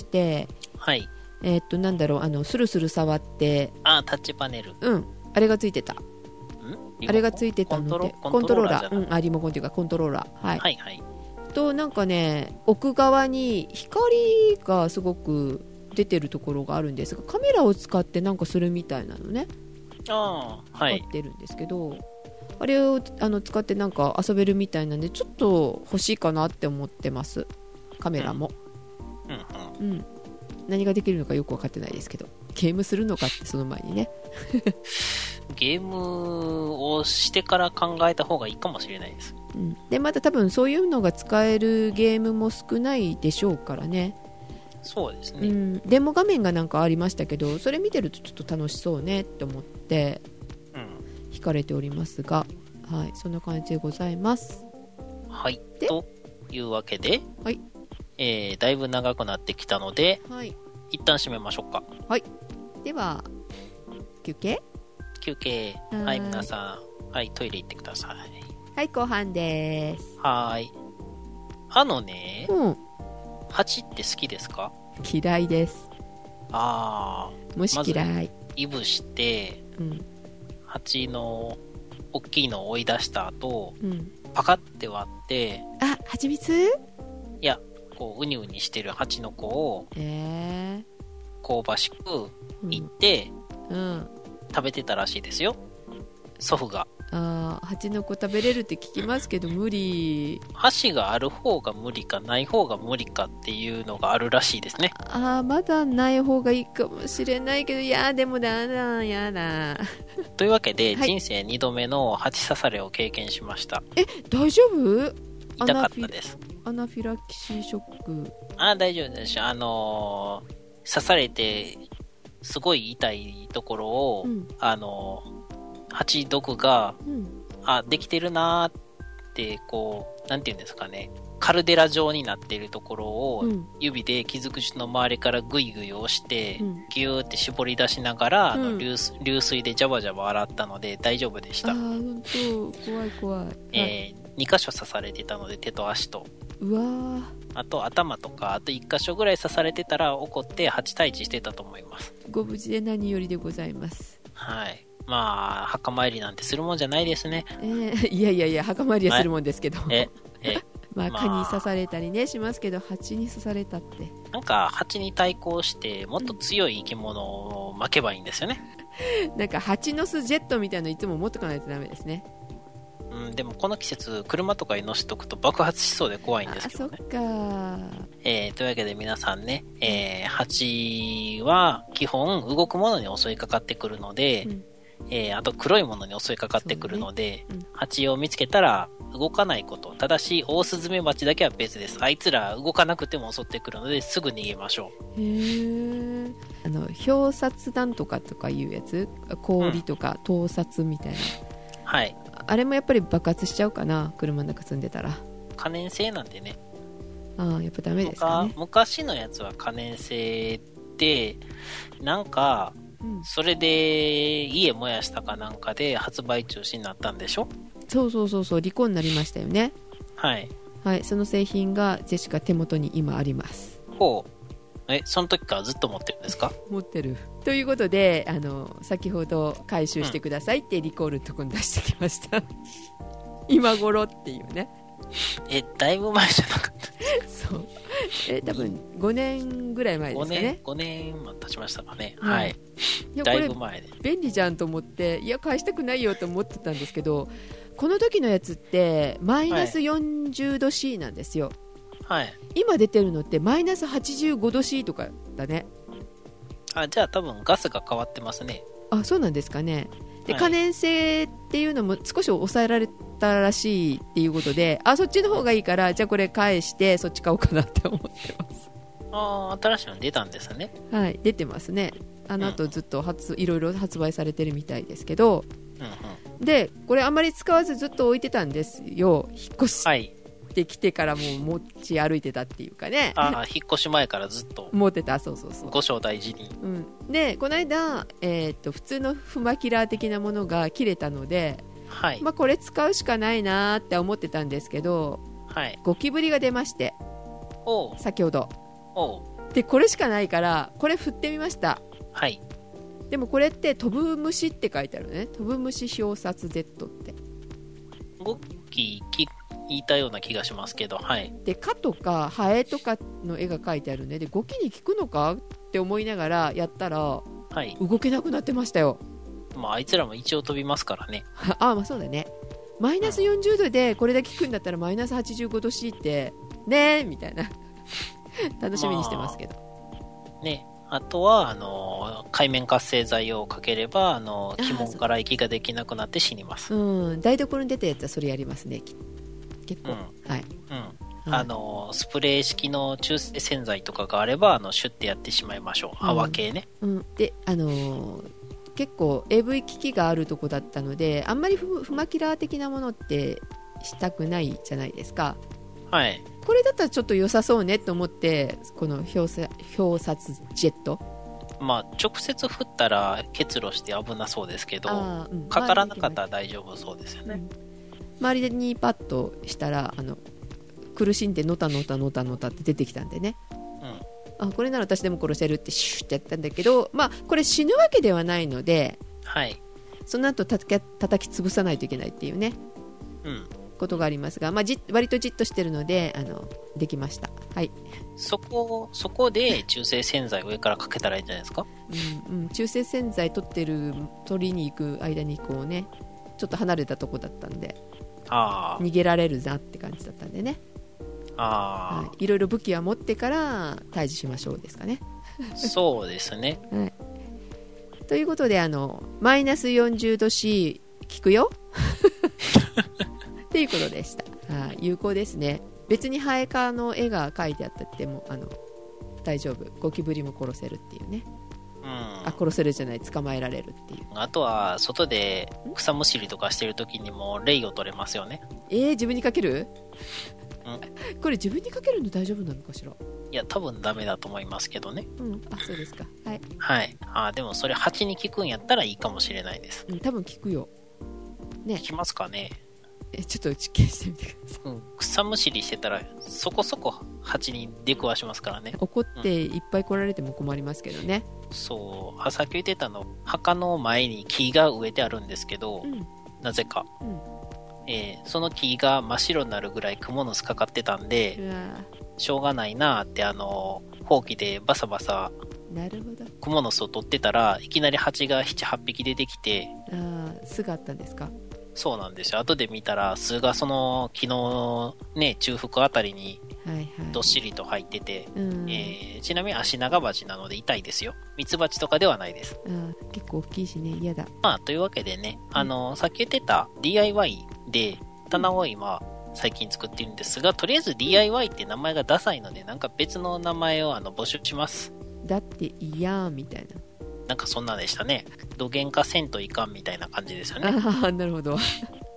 はい。 えー、っとなんだろう、あのスルスル触って、 あ、タッチパネル、 うん、あれがついてた。あれがついてたので、コントローラー、うん、あ、リモコンというかコントローラー、はい、 はいはい。 となんかね、奥側に光がすごく出てるところがあるんですが、カメラを使ってなんかするみたいなのね。 ああ、はい。 使ってるんですけど、あれをあの使ってなんか遊べるみたいなんで、ちょっと欲しいかなって思ってます。カメラも。うん、うんうん、何ができるのかよく分かってないですけど、ゲームするのかってその前にね。 ゲームをしてから考えた方がいいかもしれないです、 うん、でまた多分そういうのが使えるゲームも少ないでしょうからね。 そうですね、 うん、デモ画面がなんかありましたけど、それ見てるとちょっと楽しそうねって思って惹かれておりますが、はい、そんな感じでございます。 はい、というわけで、はい、えー、だいぶ長くなってきたので、はい、一旦締めましょうか。 はい、では休憩休憩。はい、はい、皆さん、はい、トイレ行ってください。 はい、後半です。 はい。あのね、 うん、 蜂って好きですか？ 嫌いです。 ああ、 虫嫌い。 いぶして、うん、蜂の大きいのを追い出した後、うん、パカって割って、 あ、蜂蜜？ いや、こうウニウニしてる蜂の子を、 えー、香ばしくいって、うんうん、食べてたらしいですよ、祖父が。 あ、蜂の子食べれるって聞きますけど、無理。 箸がある方が無理かない方が無理かっていうのがあるらしいですね。 あ、まだない方がいいかもしれないけど、いやでもだな、やだ。 というわけで、はい、人生にどめの蜂刺されを経験しました。 え、大丈夫？ 痛かったです。 アナフィラキシーショック。 あ、大丈夫です。あのー、刺されてすごい痛いところを、うん、あのー蜂毒が、うん、あ、できてるなーってこう、なんていうんですかね、カルデラ状になっているところを、うん、指で傷口の周りからグイグイ押して、うん、ギューって絞り出しながら、うん、あの 流, 流水でジャバジャバ洗ったので大丈夫でした。 あ、本当怖い怖い。 えー、に箇所刺されてたので、手と足と、 うわ、 あと頭とか、あといっ箇所ぐらい刺されてたら怒って蜂退治してたと思います。 ご無事で何よりでございます。 はい。まあ、墓参りなんてするもんじゃないですね。 えー、いやいやいや、墓参りはするもんですけど。 え、え、 まあ、蚊に刺されたりね、しますけど、蜂に刺されたって。 なんか、蜂に対抗して、もっと強い生き物を巻けばいいんですよね。 なんか、蜂の巣ジェットみたいなのいつも持っとかないとダメですね。 うん、でもこの季節、車とかに乗せとくと爆発しそうで怖いんですけどね。 あ、そっか。 えー、というわけで皆さんね、えー、蜂は基本動くものに襲いかかってくるので、うん、えー、あと黒いものに襲いかかってくるので、ね、うん、蜂を見つけたら動かないこと。ただし、オオスズメバチだけは別です。あいつら動かなくても襲ってくるのですぐ逃げましょう。へー。あの、表札弾とかとかいうやつ、氷とか盗撮みたいな。うん、 はい。 あれもやっぱり爆発しちゃうかな、車の中住んでたら。 可燃性なんでね。 ああ、やっぱダメですかね。 昔のやつは可燃性で、なんか、うん、それで家燃やしたかなんかで発売中止になったんでしょ。 そうそうそうそう、離婚になりましたよね。 はい、 はい、その製品がジェシカ手元に今あります。 ほう。 え、その時からずっと持ってるんですか？ 持ってる。ということで、あの先ほど回収してくださいってリコールのところに出してきました、うん、今頃っていうね。 え、だいぶ前じゃなかったそう。え、多分ごねんぐらい前ですかね。 ごねん、ごねんも経ちましたかね。 はい。 はい、いやだいぶ前で。 便利じゃんと思って、いや、返したくないよと思ってたんですけど、この時のやつってマイナスよんじゅうど C なんですよ。 はい。 今出てるのってマイナスはちじゅうごど C とかだね。 あ、じゃあ多分ガスが変わってますね。 あ、そうなんですかね。で、 はい、 可燃性っていうのも少し抑えられたらしいっていうことで、あ、そっちの方がいいから、じゃあこれ返してそっち買おうかなって思ってます。 ああ、新しいの出たんですね。 はい、出てますね。あの後ずっと発、いろいろ発売されてるみたいですけど、うんうん、でこれあんまり使わずずっと置いてたんですよ。引っ越してきてからも持ち歩いてたっていうかね。 ああ、引っ越し前からずっと持ってた。そうそうそう。 ご章大事に、 うん、でこの間、えー、と普通のフマキラー的なものが切れたので、 はい、 まあ、これ使うしかないなって思ってたんですけど、 はい、 ゴキブリが出まして、 お先ほどおでこれしかないからこれ振ってみました。 はい。 でもこれって飛ぶ虫って書いてあるね。飛ぶ虫表札 Z ってゴキ言いたような気がしますけど、はい。 で蚊とかハエとかの絵が描いてあるね。でゴキに効くのかって思いながらやったら、はい、動けなくなってましたよ。 まあ、あいつらも一応飛びますからね。 ああ、まあそうだね。マイナスよんじゅうどでこれだけ効くんだったらマイナスはちじゅうごど C ってねえみたいな楽しみにしてますけど、 まあ、ね。あとはあの海面活性剤をかければあの気門から息ができなくなって死にます。 うん、台所に出たやつはそれやりますね結構、うん、はい、 うん、あのスプレー式の中性洗剤とかがあればあのシュッてやってしまいましょう、うん、泡系ね、 うん、であのー、結構 エーブイ 機器があるとこだったのであんまりフマキラー的なものってしたくないじゃないですか。 はい、 これだったらちょっと良さそうねと思ってこの表札ジェット、 まあ、直接振ったら結露して危なそうですけど、うん、かからなかったら大丈夫そうですよね、うん、 周りにパッとしたらあの苦しんでのたのたのたのたって出てきたんでね、うん、あこれなら私でも殺せるってシュッってやったんだけど、まあ、これ死ぬわけではないので、はい、その後たたき叩き潰さないといけないっていうね、うん、ことがありますが、まあ、じ割とじっとしてるのであのできました、はい、 そこそこで中性洗剤を上からかけたらいいんじゃないですか、 うんうん、中性洗剤取ってる取りに行く間にこうねちょっと離れたとこだったんであ逃げられるなって感じだったんでね、あ、はい、いろいろ武器は持ってから退治しましょうですかねそうですね、 はい、ということであのマイナスよんじゅうど C 効くよっていうことでした。あ有効ですね。別にハエ科の絵が描いてあったってもあの大丈夫、ゴキブリも殺せるっていうね、うん、あ殺せるじゃない捕まえられるっていう。 あとは外で草むしりとかしてる時にもレイを取れますよね。 えー、自分にかける、うん、これ自分にかけるの大丈夫なのかしら。 いや多分ダメだと思いますけどね、 うん、あそうですか、はい、 はい、あでもそれ蜂に効くんやったらいいかもしれないです、 うん、多分効くよ、ね、 効きますかね。 えちょっと実験してみてください、 うん、草むしりしてたらそこそこ蜂に出くわしますからね。 怒っていっぱい来られても困りますけどね、 うん、そうあさっき言ってたの墓の前に木が植えてあるんですけど、うん、なぜか、うんえー、その木が真っ白になるぐらいクモの巣かかってたんでしょうがないなってあのほうきでバサバサなるほどクモの巣を取ってたらいきなり蜂がななはっぴき出てきて、 あ巣があったんですか。 そうなんですよ。後で見たら巣がその木のね中腹あたりにどっしりと入ってて、はいはいえー、ちなみに足長鉢なので痛いですよ。ミツバチとかではないです。 あ結構大きいしね嫌だ。 まあというわけでね、あのさっき言ってた ディーアイワイ で棚を今最近作っているんですが、とりあえず ディーアイワイ って名前がダサいのでなんか別の名前をあの募集します。 だって嫌みたいな。 なんかそんなでしたね。どげんかせんといかんみたいな感じですよね。 ああ、なるほど。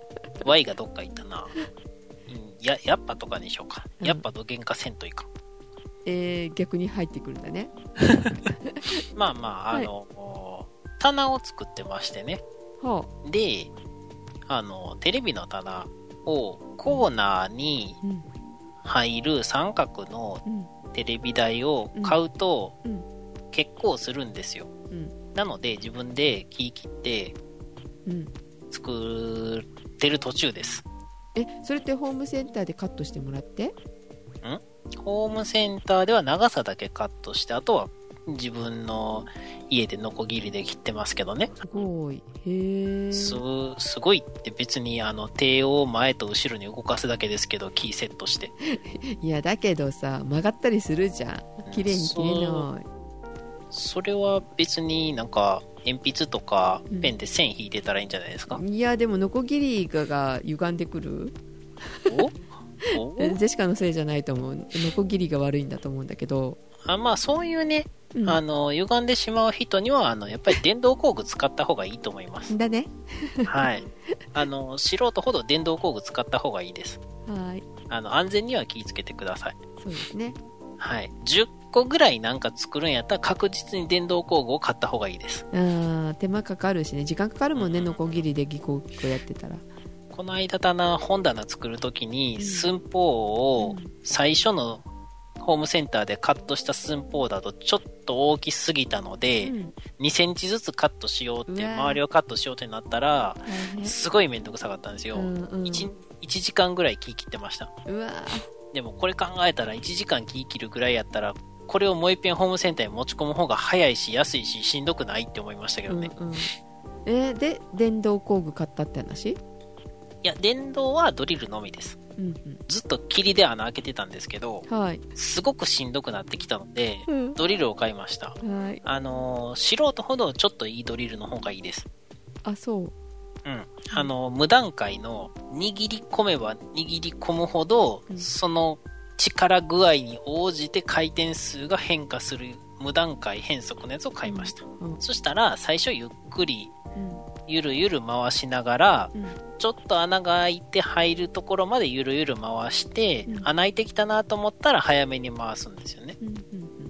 Y がどっか行ったな。うん、や、やっぱとかにしようか。やっぱどげんかせんといかん。 えー、逆に入ってくるんだね。 まあまあ、あの、はい、棚を作ってましてね。はあ、で、あの、テレビの棚をコーナーに入る三角のテレビ台を買うと、 うん、 結構するんですよ。うん、なので、自分で木切って、作ってる途中です。 え、それってホームセンターでカットしてもらって？ んホームセンターでは長さだけカットして、あとは自分の家でノコギリで切ってますけどね。 すごい。へー。 す、すごいって別にあの手を前と後ろに動かすだけですけど、キーセットして。 いや、だけどさ、曲がったりするじゃん。綺麗に切れない。 そ、それは別になんか鉛筆とかペンで線引いてたらいいんじゃないですか？ うん、いや、でもノコギリがが歪んでくる。おおジェシカのせいじゃないと思う。ノコギリが悪いんだと思うんだけど。 あ、まあそういうね、うん、あの歪んでしまう人にはあのやっぱり電動工具使った方がいいと思います。 だね。 はい。あの素人ほど電動工具使った方がいいです。 はい。 あの安全には気をつけてください。 そうですね。 はい。じゅっこぐらいなんか作るんやったら確実に電動工具を買った方がいいです。 あ、手間かかるしね、時間かかるもんね、うん、ノコギリでギコギコやってたら。 この間棚本棚作るときに寸法を最初のホームセンターでカットした寸法だとちょっと大きすぎたので、うん、にセンチずつカットしようって周りをカットしようってなったらすごいめんどくさかったんですよ、うんうん、1, いちじかんぐらい木切ってました。 うわでもこれ考えたらいちじかん木切るぐらいやったらこれをもう一遍ホームセンターに持ち込む方が早いし安いししんどくないって思いましたけどね、うんうん、 えー、で電動工具買ったって話？ いや、電動はドリルのみです。うんうん、ずっと霧で穴開けてたんですけど、はい、すごくしんどくなってきたので、うん、ドリルを買いました。はい、あのー、素人ほどちょっといいドリルの方がいいです。 あ、そう。 うん。あのー、無段階の握り込めば握り込むほど、うん、その力具合に応じて回転数が変化する無段階変速のやつを買いました。うんうん、そしたら、最初ゆっくり、うんゆるゆる回しながら、うん、ちょっと穴が開いて入るところまでゆるゆる回して、うん、穴開いてきたなと思ったら早めに回すんですよね、うんうんうん、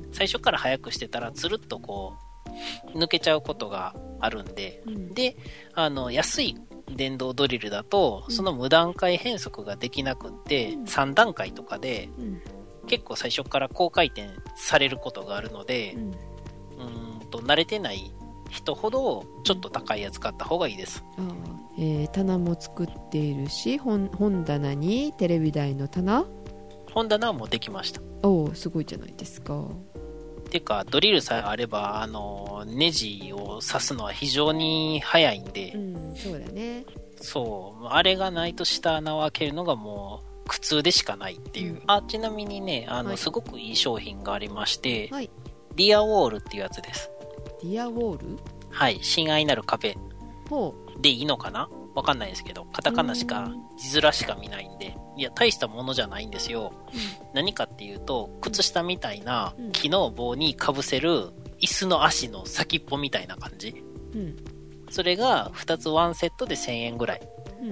最初から早くしてたらつるっとこう抜けちゃうことがあるんで、うん、であの安い電動ドリルだとその無段階変速ができなくって、うん、さんだんかいとかで、うん、結構最初から高回転されることがあるので、うん、うーんと慣れてない人ほどちょっと高いやつ買った方がいいです。 あ、えー、棚も作っているし 本, 本棚にテレビ台の棚本棚はもうできました。 おー、すごいじゃないですか。 ていうかドリルさえあればあのネジを刺すのは非常に早いんで、うん、 そうだね。 そうあれがないと下穴を開けるのがもう苦痛でしかないっていう、うん、あちなみにねあの、はい、すごくいい商品がありまして、はい、ディアウォールっていうやつです。 ディアウォール？ はい、親愛なる壁でいいのかな？わかんないですけど、カタカナしか字面しか見ないんで、いや大したものじゃないんですよ、うん、何かっていうと靴下みたいな木の棒にかぶせる椅子の足の先っぽみたいな感じ、うん、それがふたつワンセットでせんえんぐらい、うん、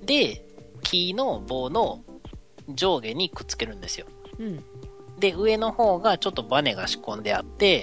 で木の棒の上下にくっつけるんですよ、うん、で上の方がちょっとバネが仕込んであって、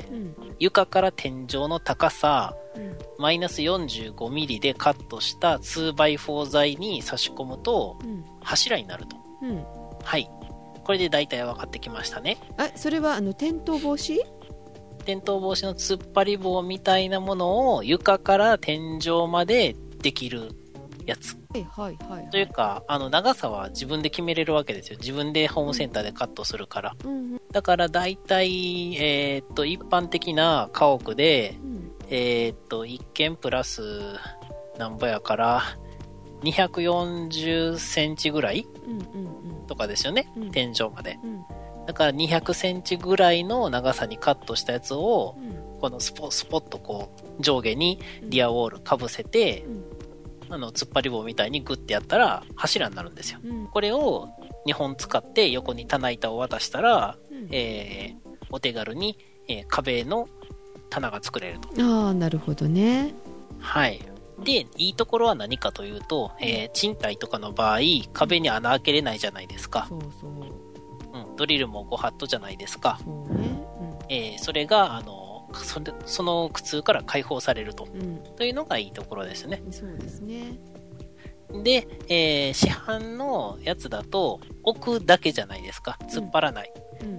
うん、床から天井の高さ、うん、マイナスよんじゅうごミリでカットした ツーバイフォー 材に差し込むと、うん、柱になると、うん、はい、これで大体分かってきましたね。 あ、それはあの転倒防止？ 転倒防止の突っ張り棒みたいなものを床から天井までできるやつ、はいはいはいはい、というかあの長さは自分で決めれるわけですよ。自分でホームセンターでカットするから、うん、だから大体、えー、っと一般的な家屋で、うん、えー、っといっけんプラスなんぼやからにひゃくよんじゅっセンチぐらい、うんうんうん、とかですよね、うん、天井まで、うん、だからにひゃくセンチぐらいの長さにカットしたやつを、うん、このスポスポッとこう上下にリアウォールかぶせて、うんあの突っ張り棒みたいにグッてやったら柱になるんですよ、うん、これをにほん使って横に棚板を渡したら、うんえー、お手軽に、えー、壁の棚が作れると。 ああ、なるほどね。 はい。でいいところは何かというと、えー、賃貸とかの場合壁に穴開けれないじゃないですか。そうそう、うん、ドリルもご法度じゃないですか。そうね、うんえー、それがあのそ, その苦痛から解放されると、うん、というのがいいところですね。 そうですね。 で、えー、市販のやつだと置くだけじゃないですか。突っ張らない、うんうん、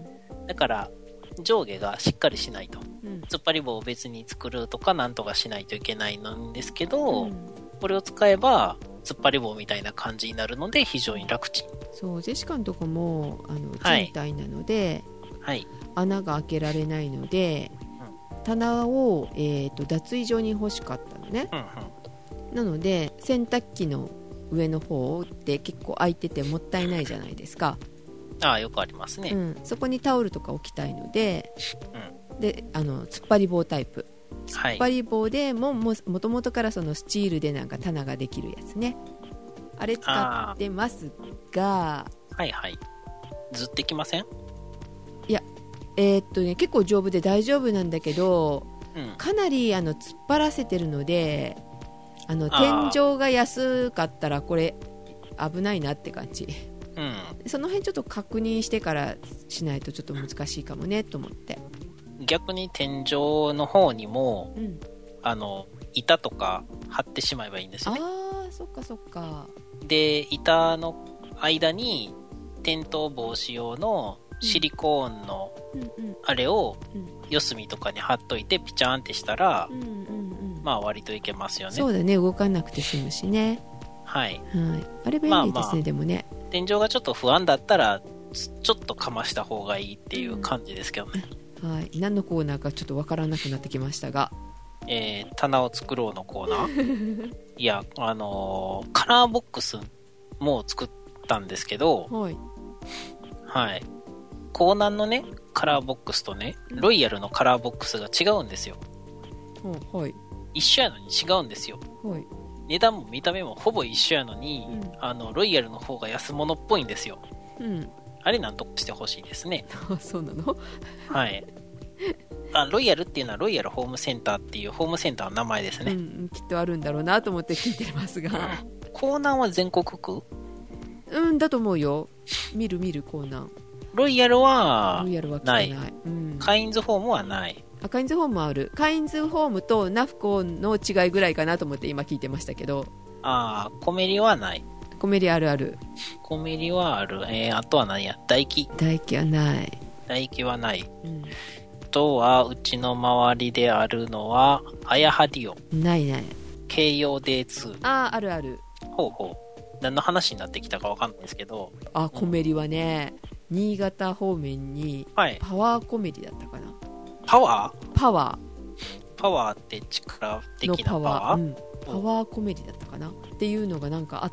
だから上下がしっかりしないと、 うん、 突っ張り棒を別に作るとかなんとかしないといけないんですけど、 うん、 これを使えば突っ張り棒みたいな感じになるので非常に楽ちん。 そう、ジェシカのとこもあのはい賃貸なので、 はい、 穴が開けられないので、うん、棚を、えーと、脱衣所に欲しかったのね、うんうん、なので洗濯機の上の方って結構空いててもったいないじゃないですか。 ああ、よくありますね、 うん、そこにタオルとか置きたいので、 うん、 であの突っ張り棒タイプ、突っ張り棒でも、ももともとからそのスチールでなんか棚ができるやつね、あれ使ってますが、 はいはい、ずってきません？ いや、えー、っとね結構丈夫で大丈夫なんだけど、うん、かなりあの突っ張らせてるので、あの天井が安かったらこれ危ないなって感じ、うん、その辺ちょっと確認してからしないとちょっと難しいかもねと思って。 逆に天井の方にも、うん、あの板とか貼ってしまえばいいんですよね。 あー、そっかそっか。 で板の間に転倒防止用のシリコーンのあれを四隅とかに貼っといてピチャーンってしたら、うんうんうん、まあ割といけますよね。 そうだね、動かなくて済むしね。 はい、 はい、あれ便利ですね、まあまあ、でもね天井がちょっと不安だったらちょっとかました方がいいっていう感じですけどね、 うん、はい、何のコーナーかちょっとわからなくなってきましたが、 えー、棚を作ろうのコーナーいや、あのー、カラーボックスも作ったんですけど、はい、はい、コーナーのねカラーボックスとね、ロイヤルのカラーボックスが違うんですよ、 うん、はい、 一緒やのに違うんですよ、はい、値段も見た目もほぼ一緒やのに、うん、あのロイヤルの方が安物っぽいんですよ、うん、あれなんとかしてほしいですね。 あ、そうなのはい、あ、ロイヤルっていうのはロイヤルホームセンターっていうホームセンターの名前ですね、うん、 きっとあるんだろうなと思って聞いてますが、うん、 コーナーは全国区？ うんだと思うよ。見る見るコーナー。 ロイヤルはロイヤルはない、 うん、 カインズホームはない。 あ、カインズホームはある。カインズホームとナフコの違いぐらいかなと思って今聞いてましたけど。 ああ、コメリはない。 コメリあるある。 コメリはある。えー、あとは何や、ダイキ。 ダイキはない。 ダイキはない、うん、あとはうちの周りであるのはアヤハディオ。 ないない。 京葉 ディーツー。 ああ、あるある。 ほうほう。何の話になってきたか分かんないですけど、 あ、コメリはね、うん、新潟方面にパワーコメリだったかな、はい、 パワーパワーパワーって力的なパワー、うん、 パワーコメリだったかなっていうのがなんかあって、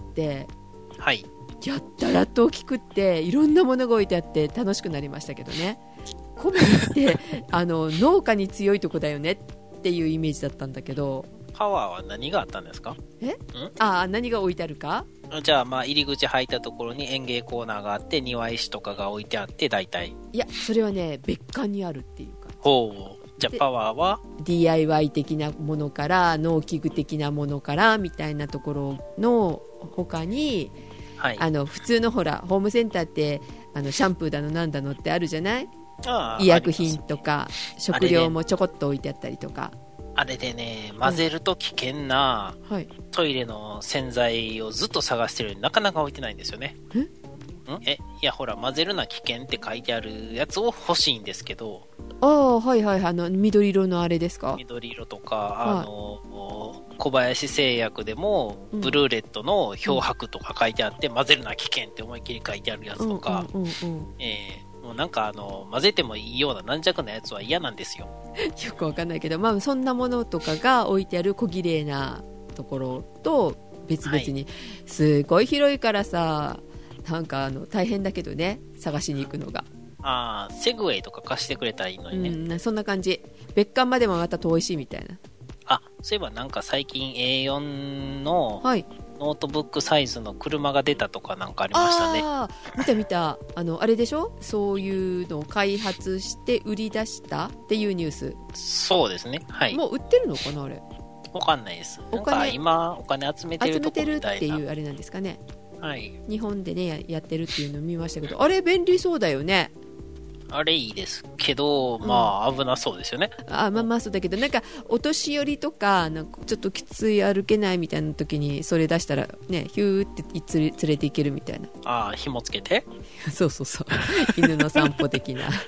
はい、 やったらと大きくっていろんなものが置いてあって楽しくなりましたけどね。コメリってあの農家に強いとこだよねっていうイメージだったんだけど、 パワーは何があったんですか？ え？あ、何が置いてあるか？ じゃあ、まあ入り口入ったところに園芸コーナーがあって庭石とかが置いてあって大体。 いや、それはね別館にあるっていうか。 ほう。じゃあパワーはディーアイワイ 的なものから農機具的なものからみたいなところの他に、はい、あの普通のほらホームセンターってあのシャンプーだのなんだのってあるじゃない？ああ、医薬品とか食料もちょこっと置いてあったりとか。 あれでね、混ぜると危険なトイレの洗剤をずっと探してるのになかなか置いてないんですよね。え？んえ、いやほら、混ぜるな危険って書いてあるやつを欲しいんですけど。 ああ、はいはい、あの緑色のあれですか？ 緑色とか、はい、あの小林製薬でもブルーレットの漂白とか書いてあって、うん、混ぜるな危険って思いっきり書いてあるやつとか、うんうんうんうん、えーもうなんかあの混ぜてもいいような軟弱なやつは嫌なんですよ。 よくわかんないけど、まあ、そんなものとかが置いてある小綺麗なところと別々に、はい、すごい広いからさ、なんかあの大変だけどね、探しに行くのが。 ああ、セグウェイとか貸してくれたらいいのにね、 うん、そんな感じ。別館までもまた遠いしみたいな。 あ、そういえばなんか最近 エーよん の、はいノートブックサイズの車が出たとかなんかありましたね。 あ、見た見た。あのあれでしょ、そういうのを開発して売り出したっていうニュース。 そうですね、はい。 もう売ってるのかなあれ。 わかんないです。なんか今お金集めてるとこみたいな。集めてるっていうあれなんですかね。 はい。 日本でね や, やってるっていうのを見ましたけど、あれ便利そうだよね。 あれいいですけど、まあ危なそうですよね、 うん、あまあまあそうだけど、なんかお年寄りとかなんかちょっときつい歩けないみたいな時にそれ出したらね、ヒューって連れて行けるみたいな。 ああ、紐つけてそうそうそう犬の散歩的な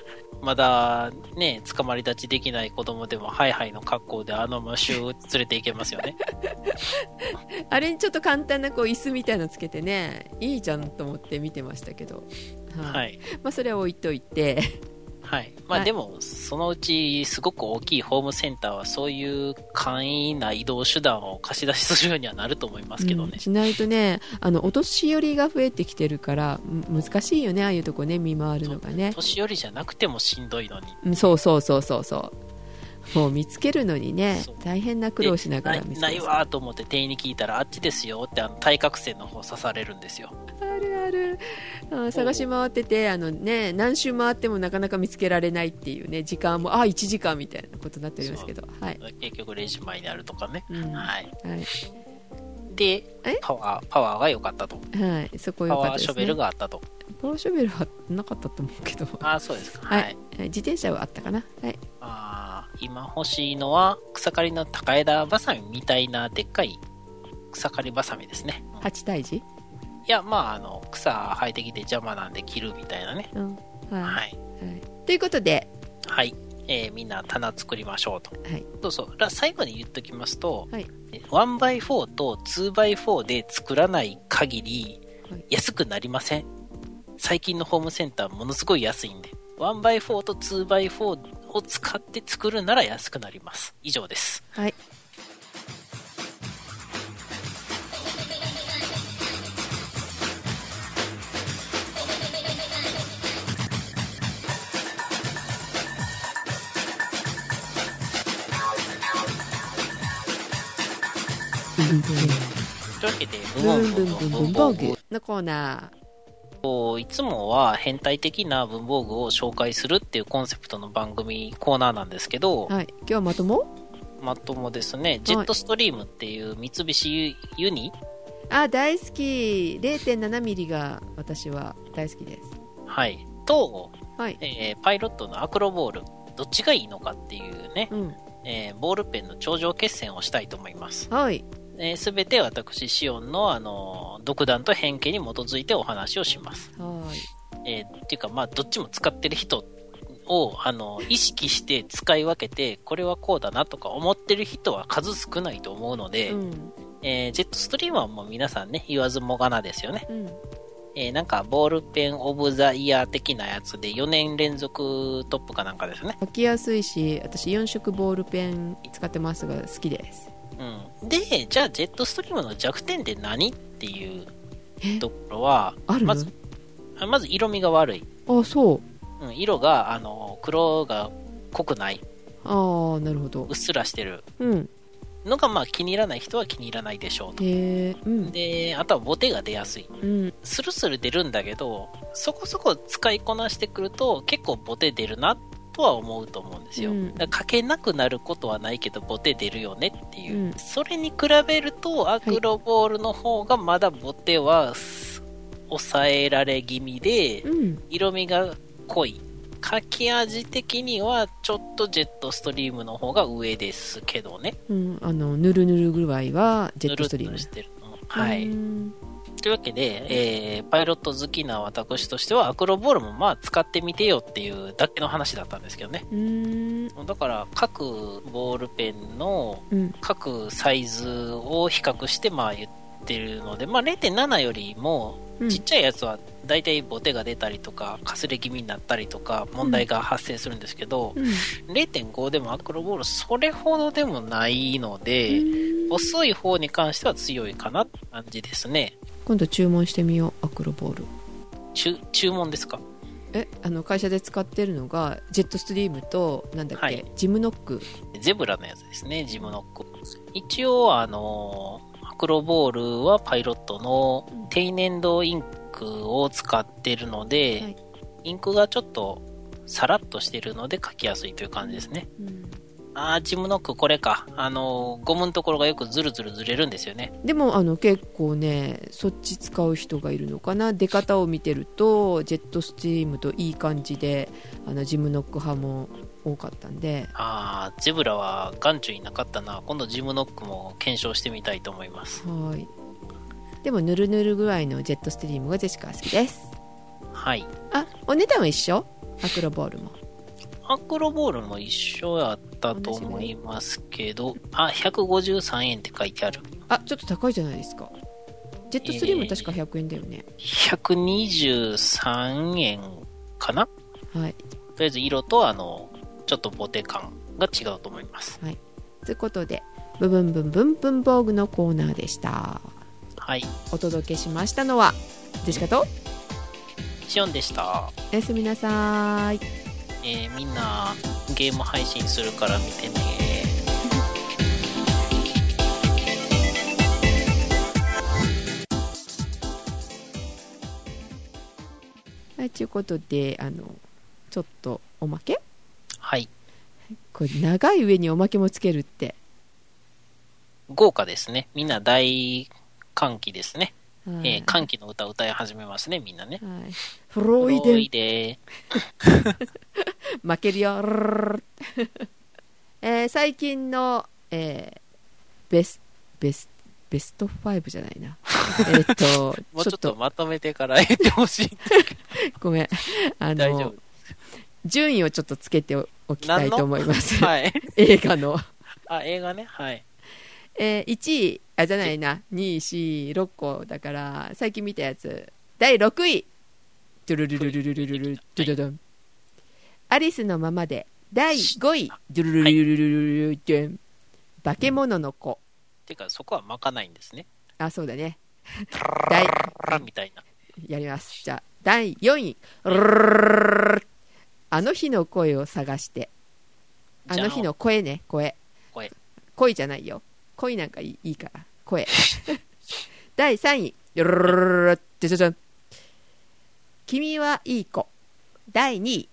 まだね、捕まり立ちできない子供でもハイハイの格好であのマシュー連れて行けますよね。 あれにちょっと簡単なこう椅子みたいのつけてね、いいじゃんと思って見てましたけど、はい、はい、まあ、それは置いといてはい。まあでも、そのうちすごく大きいホームセンターはそういう簡易な移動手段を貸し出しするようにはなると思いますけどね。 うん、しないとね、あのお年寄りが増えてきてるから難しいよね、ああいうとこね、見回るのがね。 年寄りじゃなくてもしんどいのに。 うん、そうそうそうそうそう。もう見つけるのにね、大変な苦労しながら見つける。 ないわーと思って店員に聞いたら、あっちですよってあの対角線の方刺されるんですよ。 あるある。あ、探し回ってて、あのね、何周回ってもなかなか見つけられないっていうね、時間もあいちじかんみたいなことになっておりますけど、はい、 結局レジ前にあるとかね、うん、はい、はい、でパワーパワーが良かったと、 はい、そこ良かったですね。 パワーショベルがあったと。 パワーショベルはなかったと思うけど、 あ、そうですか、 はい、はい、自転車はあったかな、はい、 あ、今欲しいのは草刈りの高枝バサミみたいなでっかい草刈りバサミですね。 はち対時、 いや、まあ、あの草生えてきて邪魔なんで切るみたいなね、うん、はい、はい、 ということで、 はい、えー、みんな棚作りましょうと、はい、そうそう、最後に言っときますと、はい、ワンバイフォー と ツーバイフォー で作らない限り安くなりません。最近のホームセンターものすごい安いんで、ワンバイフォー と ツーバイフォー を使って作るなら安くなります。以上です。 はい。 というわけで、ブンブンブン文房具のコーナー。いつもは変態的な文房具を紹介するっていうコンセプトの番組コーナーなんですけど、 はい、今日はまともまともですね。ジェットストリームっていう三菱ユニ、 あ、大好き。 れいてんななミリが私は大好きです。 はい。と、 はい、 えー、パイロットのアクロボール、どっちがいいのかっていうね、うん、えー、ボールペンの頂上決戦をしたいと思います。 はい。 すべ、えー、て私シオンの、あの独断と偏見に基づいてお話をします。はい。えー、っていうか、まあどっちも使ってる人をあの意識して使い分けて、これはこうだなとか思ってる人は数少ないと思うので、うん、えー、ジェットストリームはもう皆さんね、言わずもがなですよね。うん、えー、なんかボールペンオブザイヤー的なやつでよねん連続トップかなんかですね。 書きやすいし、私よん色ボールペン使ってますが好きです。 うん、で、じゃあジェットストリームの弱点って何っていうところは、まずまず色味が悪い。 あ、そう、 うん、色があの黒が濃くない。 ああ、なるほど。 うっすらしてる、うん、のがまあ気に入らない人は気に入らないでしょうと。へ、うん、で、あとはボテが出やすい、うん、スルスル出るんだけど、そこそこ使いこなしてくると結構ボテ出るなとは思うと思うんですよ、うん、だから書けなくなることはないけどボテ出るよねっていう、うん、それに比べるとアクロボールの方がまだボテは抑えられ気味で、うん、色味が濃い。書き味的にはちょっとジェットストリームの方が上ですけどね、 うん、あのぬるぬる具合はジェットストリームぬるっとしてるの、はい。というわけで、えー、パイロット好きな私としてはアクロボールもまあ使ってみてよっていうだけの話だったんですけどね。うーん、だから各ボールペンの各サイズを比較してまあ言ってるので、まあ、れいてんなな よりもちっちゃいやつはだいたいボテが出たりとかかすれ気味になったりとか問題が発生するんですけど、うん、れいてんご でもアクロボールそれほどでもないので、細い方に関しては強いかなって感じですね。 今度注文してみよう、アクロボール。 注注文ですか？ え、あの会社で使ってるのがジェットストリームとなんだっけ、はい、ジムノック、 ゼブラのやつですね。ジムノック一応あのアクロボールはパイロットの低粘土インクを使ってるので、はい、インクがちょっとサラッとしてるので書きやすいという感じですね、うん、あー、ジムノックこれか、あのゴムのところがよくズルズルずれるんですよね。 でもあの結構ねそっち使う人がいるのかな。出方を見てるとジェットストリームといい感じで、あのジムノック派も多かったんで。 あー、ゼブラは眼中になかったな。今度ジムノックも検証してみたいと思います。 はい。でもぬるぬる具合のジェットストリームがジェシカは好きです。 はい。 あ、お値段は一緒？アクロボールも。 アクロボールも一緒やったと思いますけど、あ、ひゃくごじゅうさんえんって書いてある。 あ、ちょっと高いじゃないですか。ジェットスリーム確かひゃくえんだよね。 えー、ひゃくにじゅうさんえんかな。 はい。 とりあえず色とあのちょっとボテ感が違うと思います。 はい。ということで、ブブンブンブンブン防具のコーナーでした。 はい。 お届けしましたのはジェシカとシオンでした。 おやすみなさい。 えー、みんなゲーム配信するから見てね。 はい、ということで、あのちょっとおまけ。 はい。 これ長い上におまけもつけるって豪華ですね。みんな大歓喜ですね。 はい、 えー、歓喜の歌を歌い始めますね、みんなね。 はい、フロイデン。 フロイデ負けるよ、えー、最近の、えー、ベスベスベストファイブじゃないなえっともうちょっとまとめてから言ってほしいごめん、あの順位をちょっとつけておきたいと思います、はい、映画のあ、映画ね、はい、 えー、いちい、あ、じゃないな、に、よん、ろっこだから最近見たやつ。だいろくい、ドゥルルルルルルルルドゥドドン、アリスのままで。だいごい、ドゥルルルルルルルドゥン、化け物の子。 てかそこは巻かないんですね。 あ、そうだね。だいみたいな。 やります。じゃあだいよんい、あの日の声を探して。あの日の声ね、声。 声。 恋じゃないよ。恋なんかいい、いいから。声。だいさんい、君はいい子。だいにい、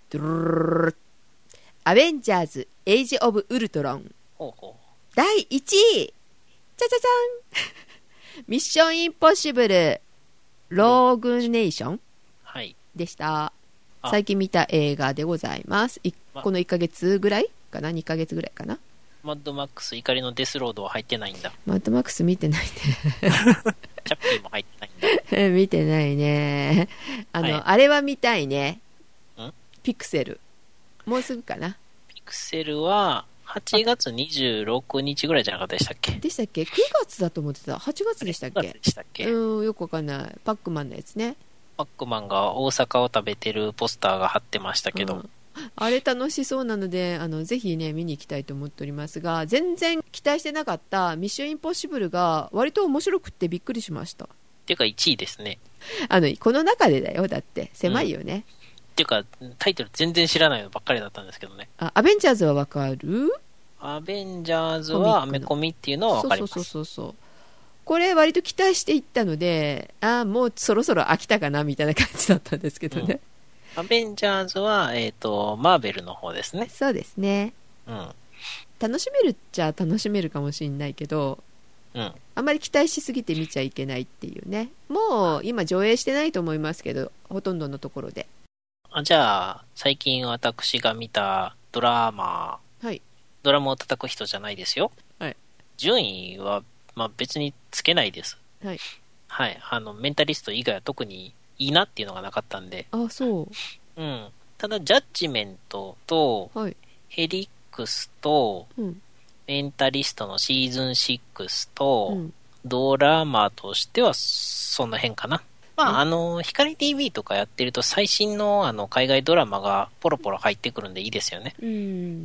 アベンジャーズエイジオブウルトロン。 ほうほう。 だいいちい、じゃじゃじゃんミッションインポッシブルローグネーション、はい、でした。最近見た映画でございます。このいっかげつぐらいかな、にかげつぐらいかな。 マッドマックス怒りのデスロードは入ってないんだ。 マッドマックス見てないねチャッピーも入ってないんだ見てないね。あの、はい、あれは見たいね。んピクセル、もうすぐかな。 ピクセルははちがつにじゅうろくにちぐらいじゃなかったでしたっけ。 でしたっけ。くがつだと思ってた。はちがつでしたっけ。 くがつでしたっけ。 うん、よくわかんない。パックマンのやつね。 パックマンが大阪を食べてるポスターが貼ってましたけど、うん、 あれ楽しそうなので、あのぜひね見に行きたいと思っておりますが、全然期待してなかったミッションインポッシブルが割と面白くってびっくりしました。 っていうかいちいですね。 あのこの中でだよ。だって狭いよね、うん、 っていうかタイトル全然知らないのばっかりだったんですけどね。 あ、アベンジャーズはわかる。 アベンジャーズはアメコミっていうのはわかります。 そうそうそうそう。これ割と期待していったので、あ、もうそろそろ飽きたかなみたいな感じだったんですけどね、 うん、アベンジャーズは、えーと、マーベルの方ですね。 そうですね、うん、楽しめるっちゃ楽しめるかもしれないけど、うん、あんまり期待しすぎて見ちゃいけないっていうね。もう今上映してないと思いますけど、ほとんどのところで。 あ、じゃあ最近私が見たドラマ、はい、ドラムを叩く人じゃないですよ、はい、順位はまあ、別につけないです。はい。はい。あの、メンタリスト以外は特にいいなっていうのがなかったんで。 あ、そう。 うん。ただ、ジャッジメントと、はい、ヘリックスと、うん、メンタリストのシーズンシックスと、うん、ドラマとしては、その辺かな。まあ、あの、光 ティーブイ とかやってると最新のあの海外ドラマがポロポロ入ってくるんでいいですよね。うん、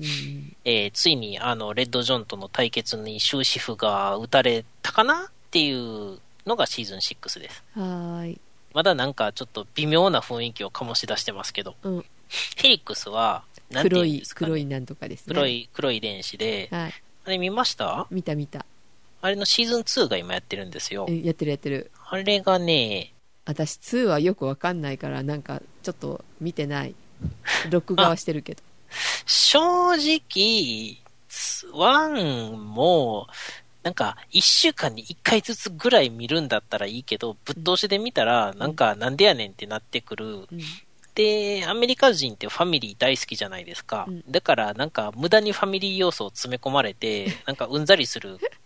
えー、ついにあのレッド・ジョンとの対決に終止符が打たれたかなっていうのがシーズンシックスです。はい。まだなんかちょっと微妙な雰囲気を醸し出してますけど、うん、ヘリックスはなんていうんですかね、 黒い、黒いなんとかですね。 黒い、黒い電子で、はい、あれ見ました？ 見た見た。 あれのシーズンツーが今やってるんですよ。 やってるやってる。 あれがね、 私ツーはよくわかんないからなんかちょっと見てない。録画はしてるけど。 正直ワンもなんかいっしゅうかんにいっかいずつぐらい見るんだったらいいけど、ぶっ通しで見たらなんかなんでやねんってなってくる、うん、でアメリカ人ってファミリー大好きじゃないですか、うん、だからなんか無駄にファミリー要素を詰め込まれてなんかうんざりする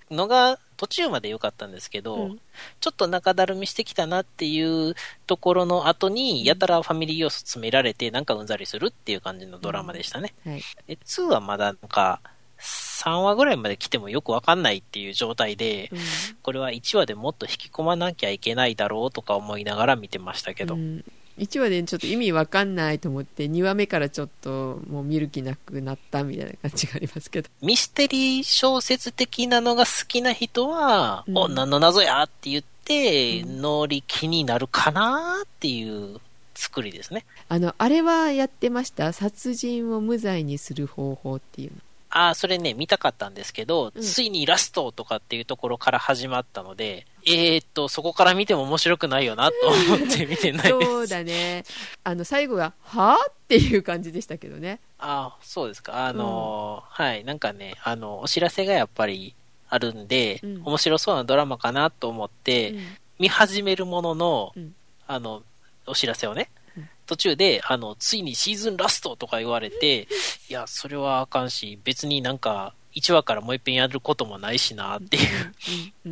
のが途中まで良かったんですけど、うん、ちょっと中だるみしてきたなっていうところの後に、やたらファミリー要素詰められて、なんかうんざりするっていう感じのドラマでしたね。うんはい、でにはまだなんか、さんわぐらいまで来てもよくわかんないっていう状態で、うん、これはいちわでもっと引き込まなきゃいけないだろうとか思いながら見てましたけど。うんいちわでちょっと意味わかんないと思ってにわめからちょっともう見る気なくなったみたいな感じがありますけど、 ミステリー小説的なのが好きな人は、うん、お、何の謎やって言って乗り気になるかなっていう作りですね。 あのあれはやってました、殺人を無罪にする方法っていうの。 ああ、それね、見たかったんですけど、うん、ついにラストとかっていうところから始まったので、えーっと、そこから見ても面白くないよなと思って見てないです。 そうだね。あの、最後は、はぁっていう感じでしたけどね。 ああ、そうですか。あの、うん、はい、なんかね、あの、お知らせがやっぱりあるんで、うん、面白そうなドラマかなと思って、うん、見始めるものの、うん、あの、お知らせをね、途中で、あの、ついにシーズンラストとか言われて、いや、それはあかんし、別になんか、いちわからもう一遍やることもないしなっていう。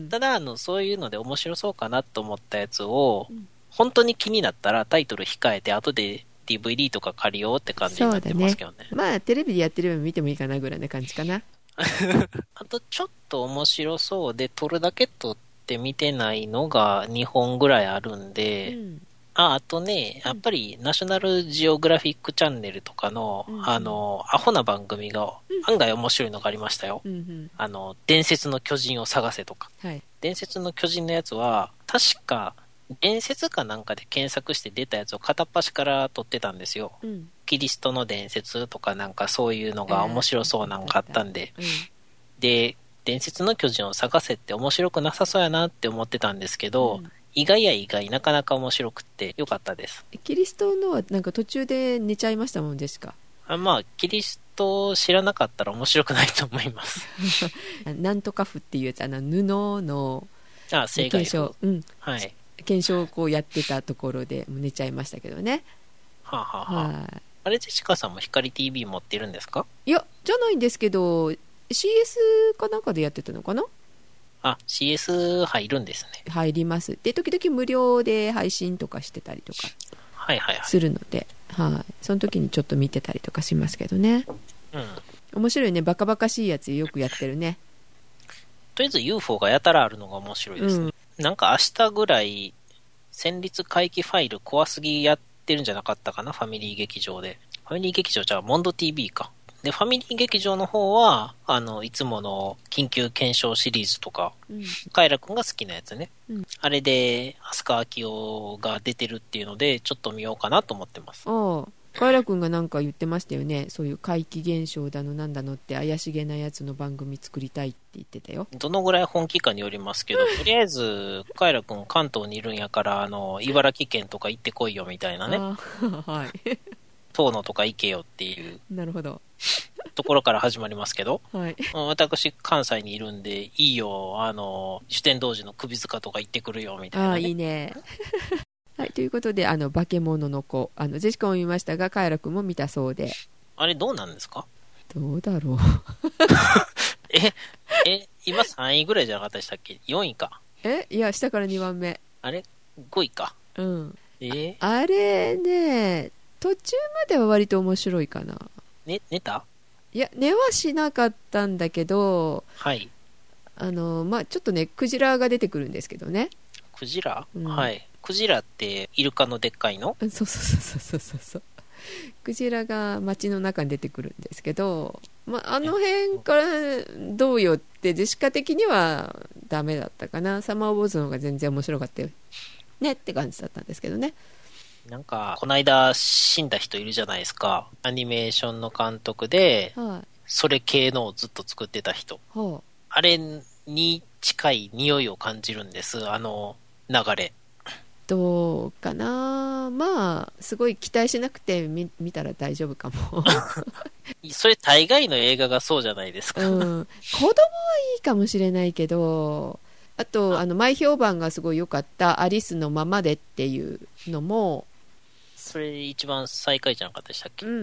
ただ、あの、そういうので面白そうかなと思ったやつを、本当に気になったらタイトル控えて、後で ディーブイディー とか借りようって感じになってますけどね。 ねまあ、テレビでやってれば見てもいいかなぐらいな感じかな。 あと、ちょっと面白そうで、撮るだけ撮って見てないのがにほんぐらいあるんで、うんあ、あとね、やっぱりナショナルジオグラフィックチャンネルとかの、うん、あの、アホな番組が案外面白いのがありましたよ。うんうん、あの、伝説の巨人を探せとか。はい、伝説の巨人のやつは、確か、伝説かなんかで検索して出たやつを片っ端から撮ってたんですよ。うん、キリストの伝説とかなんかそういうのが面白そうなんかあったんで。うん、で、伝説の巨人を探せって面白くなさそうやなって思ってたんですけど、うん意外や意外なかなか面白くってよかったです。 キリストのはなんか途中で寝ちゃいましたもんですか。 あまあキリストを知らなかったら面白くないと思いますなんとか符っていうやつあの布のあ正解検証、うんはい、検証をこうやってたところで寝ちゃいましたけどね。 はあ、はあはあ、はあれジェシカさんも光 ティーブイ 持ってるんですか。 いやじゃないんですけど シーエス かなんかでやってたのかな。 あ、シーエス 入るんですね。 入ります。で、時々無料で配信とかしてたりとかするので、はいはいはい、その時にちょっと見てたりとかしますけどね。うん。面白いね。バカバカしいやつよくやってるね。 とりあえず ユーフォー がやたらあるのが面白いですね。うん、なんか明日ぐらい、戦慄回帰ファイル怖すぎやってるんじゃなかったかな、ファミリー劇場で。ファミリー劇場じゃあ、モンド ティーブイ か。で、ファミリー劇場の方は、あの、いつもの緊急検証シリーズとか、うん、カイラくんが好きなやつね。うん、あれで、飛鳥明夫が出てるっていうので、ちょっと見ようかなと思ってます。 ああ、カイラくんがなんか言ってましたよね。そういう怪奇現象だのなんだのって怪しげなやつの番組作りたいって言ってたよ。 どのぐらい本気かによりますけど、とりあえず、カイラくん関東にいるんやから、あの、茨城県とか行ってこいよみたいなね。はい。遠野とか行けよっていう。 なるほど。 ところから始まりますけど、 はい、 私関西にいるんでいいよあの主天童寺の首塚とか行ってくるよみたいな、ね、 あいいねはいということであの化け物の子あのジェシカも見ましたがカイラ君も見たそうであれどうなんですか。 どうだろうええ今さんいぐらいじゃなかったでしたっけ。よんいか。 えいや下からにばんめあれごいか。 うんえ あ, あれね途中までは割と面白いかな。 ね寝たいや寝はしなかったんだけど、 はいあのまあ、ちょっとねクジラが出てくるんですけどね。 クジラ、うん、はいクジラってイルカのでっかいの。 そうそうそうそうそうそうクジラが街の中に出てくるんですけど、まあ、あの辺からどうよってジェシカ的にはダメだったかな。サマーウォーズの方が全然面白かったよねって感じだったんですけどね。 なんか、この間死んだ人いるじゃないですか。アニメーションの監督で、はい、それ系のをずっと作ってた人。はあ、あれに近い匂いを感じるんです、あの流れ。 どうかな。まあ、すごい期待しなくて 見, 見たら大丈夫かも。 それ大概の映画がそうじゃないですか。 うん、子供はいいかもしれないけど、あと、あの前評判がすごい良かったアリスのままでっていうのも、 それ一番最下位じゃなかったでしたっけ。うん、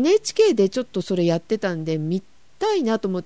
エヌエイチケー でちょっとそれやってたんで見たいなと思って行っ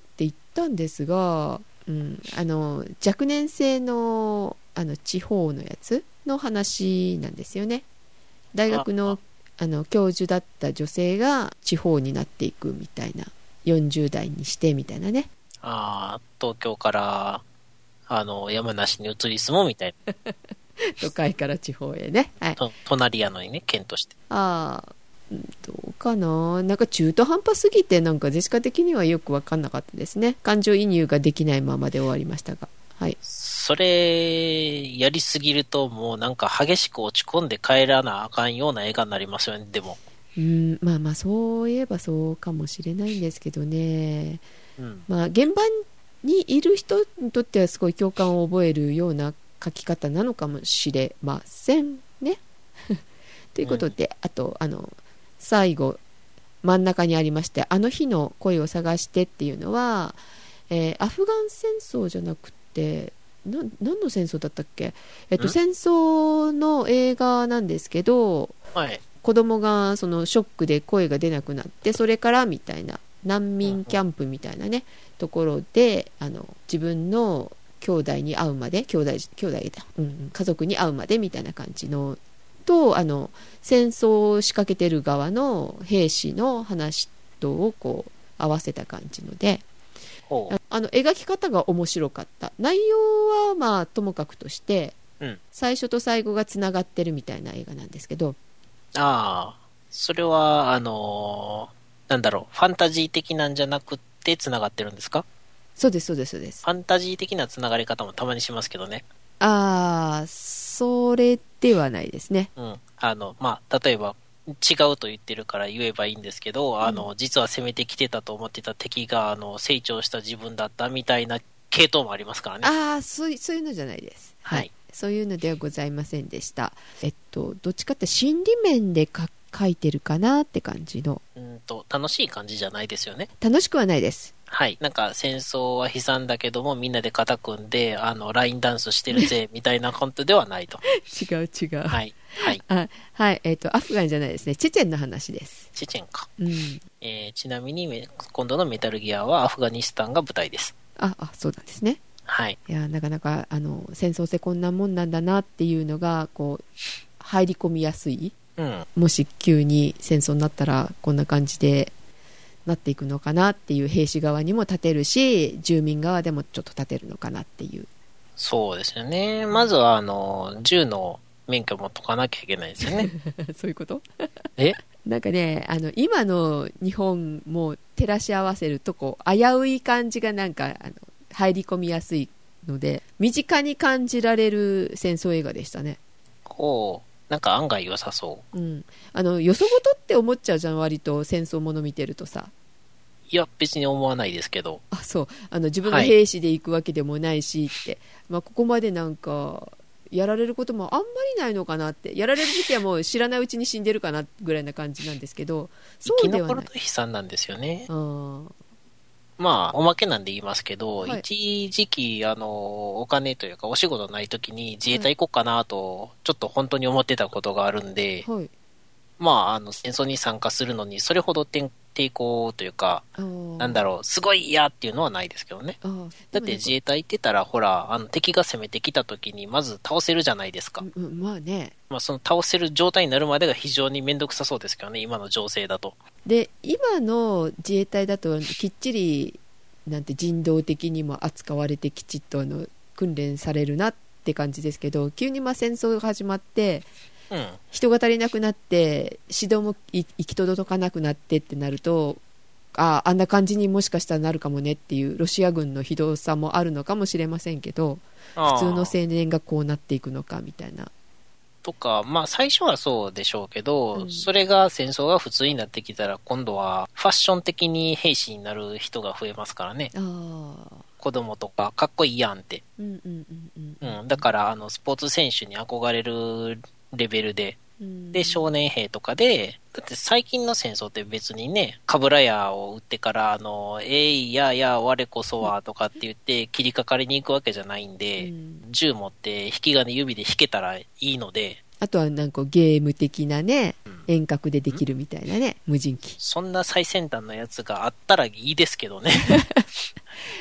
たんですが、うん、あの若年性の、あの地方のやつの話なんですよね。大学の、あの教授だった女性が地方になっていくみたいな、よんじゅう代にしてみたいなね。 ああ、東京からあの山梨に移り住もうみたいな。 都会から地方へね、はい、 と隣やのにね、県として。 ああ、どうかな、なんか中途半端すぎて、なんかジェシカ的にはよく分かんなかったですね。感情移入ができないままで終わりましたが、はい。 それやりすぎるともうなんか激しく落ち込んで帰らなあかんような映画になりますよね。でもうん、まあまあそういえばそうかもしれないんですけどね、 うん、 まあ現場にいる人にとってはすごい共感を覚えるような書き方なのかもしれませんねということで、うん、あとあの最後真ん中にありまして、あの日の声を探してっていうのは、えー、アフガン戦争じゃなくてな何の戦争だったっけ、えっと、戦争の映画なんですけど、 はい、 子供がそのショックで声が出なくなって、それからみたいな難民キャンプみたいなね、ところであの自分の兄弟に会うまで、兄弟兄弟だ、うん、家族に会うまでみたいな感じのと、あの戦争を仕掛けてる側の兵士の話とをこう合わせた感じので、あの描き方が面白かった。内容はまあともかくとして、うん、最初と最後がつながってるみたいな映画なんですけど、 ああ、それはあのー、なんだろう、ファンタジー的なんじゃなくてつながってるんですか？ そうですそうですそうです。 ファンタジー的なつながり方もたまにしますけどね。 ああ、それではないですね。 うん、あのまあ例えば違うと言ってるから言えばいいんですけど、うん、あの実は攻めてきてたと思ってた敵があの成長した自分だったみたいな系統もありますからね。 ああ、そう、そういうのじゃないです、 はい、はい、 そういうのではございませんでした。えっとどっちかって心理面でか書いてるかなって感じの、 うんと楽しい感じじゃないですよね。 楽しくはないです。 はい、なんか戦争は悲惨だけどもみんなで肩組んであのラインダンスしてるぜみたいな本当ではないと。 違う違う、 はいはい、 あ、はい、えっとアフガンじゃないですね、チェチェンの話です。 チェチェンか、 うん、 えー、ちなみに今度のメタルギアはアフガニスタンが舞台です。 ああ、そうなんですね。 はい、 いやなかなかあの戦争ってこんなもんなんだなっていうのがこう入り込みやすい、うん、もし急に戦争になったらこんな感じでなっていくのかなっていう、兵士側にも立てるし住民側でもちょっと立てるのかなっていう。 そうですよね。まずはあの銃の免許持っとかなきゃいけないですよねそういうことえなんかね、あの今の日本も照らし合わせるとこう危うい感じがなんかあの入り込みやすいので身近に感じられる戦争映画でしたね。 ほう、なんか案外良さそう、 うん、あのよそごとって思っちゃうじゃん、割と戦争もの見てるとさ。 いや別に思わないですけど。 あ、そう、あの自分が兵士で行くわけでもないしって、はい、まあ、ここまでなんかやられることもあんまりないのかなって、やられる時はもう知らないうちに死んでるかなぐらいな感じなんですけど、 そうではない。生き残ると悲惨なんですよね。あ、まあおまけなんで言いますけど、はい、一時期あのお金というかお仕事ない時に自衛隊行こうかなとちょっと本当に思ってたことがあるんで、はい、まああの戦争に参加するのにそれほど抵抗というか、なんだろう、すごい嫌っていうのはないですけどね。だって自衛隊行ってたらほらあの敵が攻めてきた時にまず倒せるじゃないですか。 うん、まあね、 まあ、その倒せる状態になるまでが非常に面倒くさそうですけどね、今の情勢だと。 で今の自衛隊だときっちりなんて人道的にも扱われてきちっとあの訓練されるなって感じですけど、急にまあ戦争が始まって、うん、人が足りなくなって指導も行き届かなくなってってなると、ああんな感じにもしかしたらなるかもねっていう、ロシア軍のひどさもあるのかもしれませんけど、普通の青年がこうなっていくのかみたいなとか、まあ最初はそうでしょうけど、うん、それが戦争が普通になってきたら今度はファッション的に兵士になる人が増えますからね。あ、子供とかかっこいいやんって、うんうんうんうんうん、だからあのスポーツ選手に憧れるレベルで、うん、で少年兵とかで、だって最近の戦争って別にね、カブラヤを撃ってからあのえいやや我こそはとかって言って切りかかりに行くわけじゃないんで、うん、銃持って引き金指で引けたらいいので、 あとはなんかゲーム的なね、うん、遠隔でできるみたいなね、無人機。 そんな最先端のやつがあったらいいですけどね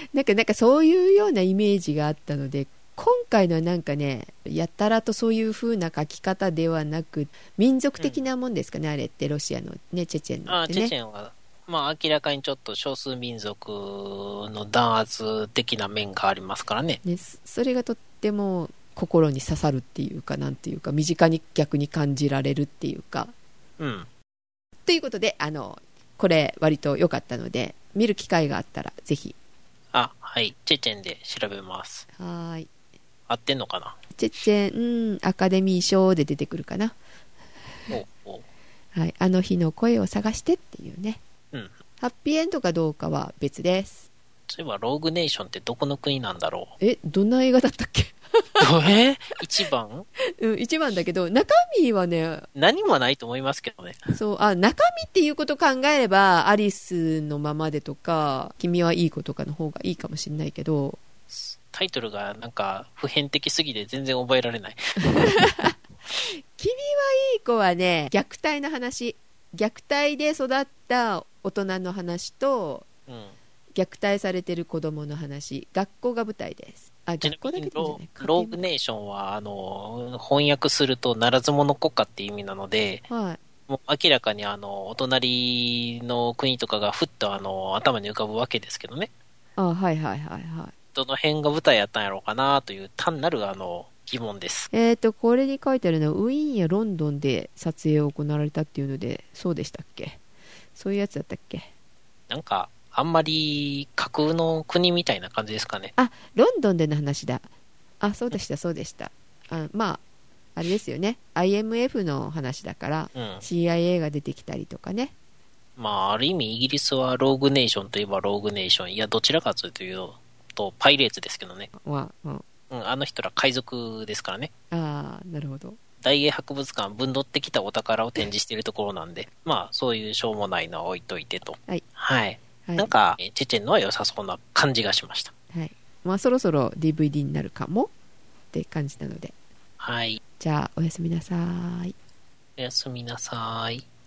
なんかなんかそういうようなイメージがあったので、今回のはなんかね、やたらとそういう風な書き方ではなく、民族的なもんですかね、うん、あれってロシアのね、チェチェンのってね。 あ、チェチェンは、まあ明らかにちょっと少数民族の弾圧的な面がありますからね。 ね、それがとっても心に刺さるっていうか、なんていうか、身近に逆に感じられるっていうか。 うん。 ということで、あの、これ割と良かったので、見る機会があったらぜひ。 あ、はい。チェチェンで調べます。 はい。 合ってんのかな。 チェチェン、うん、アカデミー賞で出てくるかな。 おお。 はい。あの日の声を探してっていうね。 うん。 ハッピーエンドかどうかは別です。 そういえば、ローグネーションってどこの国なんだろう。え、どんな映画だったっけ？ え一番うん、一番だけど、中身はね、 何もないと思いますけどね。 そう、あ、中身っていうことを考えれば、アリスのままでとか、君はいい子とかの方がいいかもしれないけど、 タイトルがなんか普遍的すぎて全然覚えられない。 君はいい子はね、虐待の話。虐待で育った大人の話と、うん、虐待されてる子供の話。学校が舞台です。あ、学校だけでいいんじゃない？ ローグネーションはあの翻訳するとならず者国家っていう意味なので、 はい、 もう明らかにあのお隣の国とかがふっとあの頭に浮かぶわけですけどね。 あ、はいはいはいはい。 どの辺が舞台やったんやろうかなという単なるあの疑問です。 えっとこれに書いてあるのはウィーンやロンドンで撮影を行われたっていうので、そうでしたっけ？そういうやつだったっけ？ なんかあんまり架空の国みたいな感じですかね。 あ、ロンドンでの話だ。あ、そうでしたそうでした。あ、まああれですよね、 アイエムエフ の話だから、うん、シーアイエー が出てきたりとかね。 まあある意味イギリスはローグネーションといえばローグネーション、いやどちらかというとパイレーツですけどね。 わ、うんうん、あの人ら海賊ですからね。 ああ、なるほど。 大英博物館分取ってきたお宝を展示しているところなんで、まあそういうしょうもないのは置いといてと。 はい。 はい。はい、なんかチェチェンのは良さそうな感じがしました。 はい。まあそろそろ ディーブイディー になるかもって感じなので。 はい。 じゃあおやすみなさい。 おやすみなさい。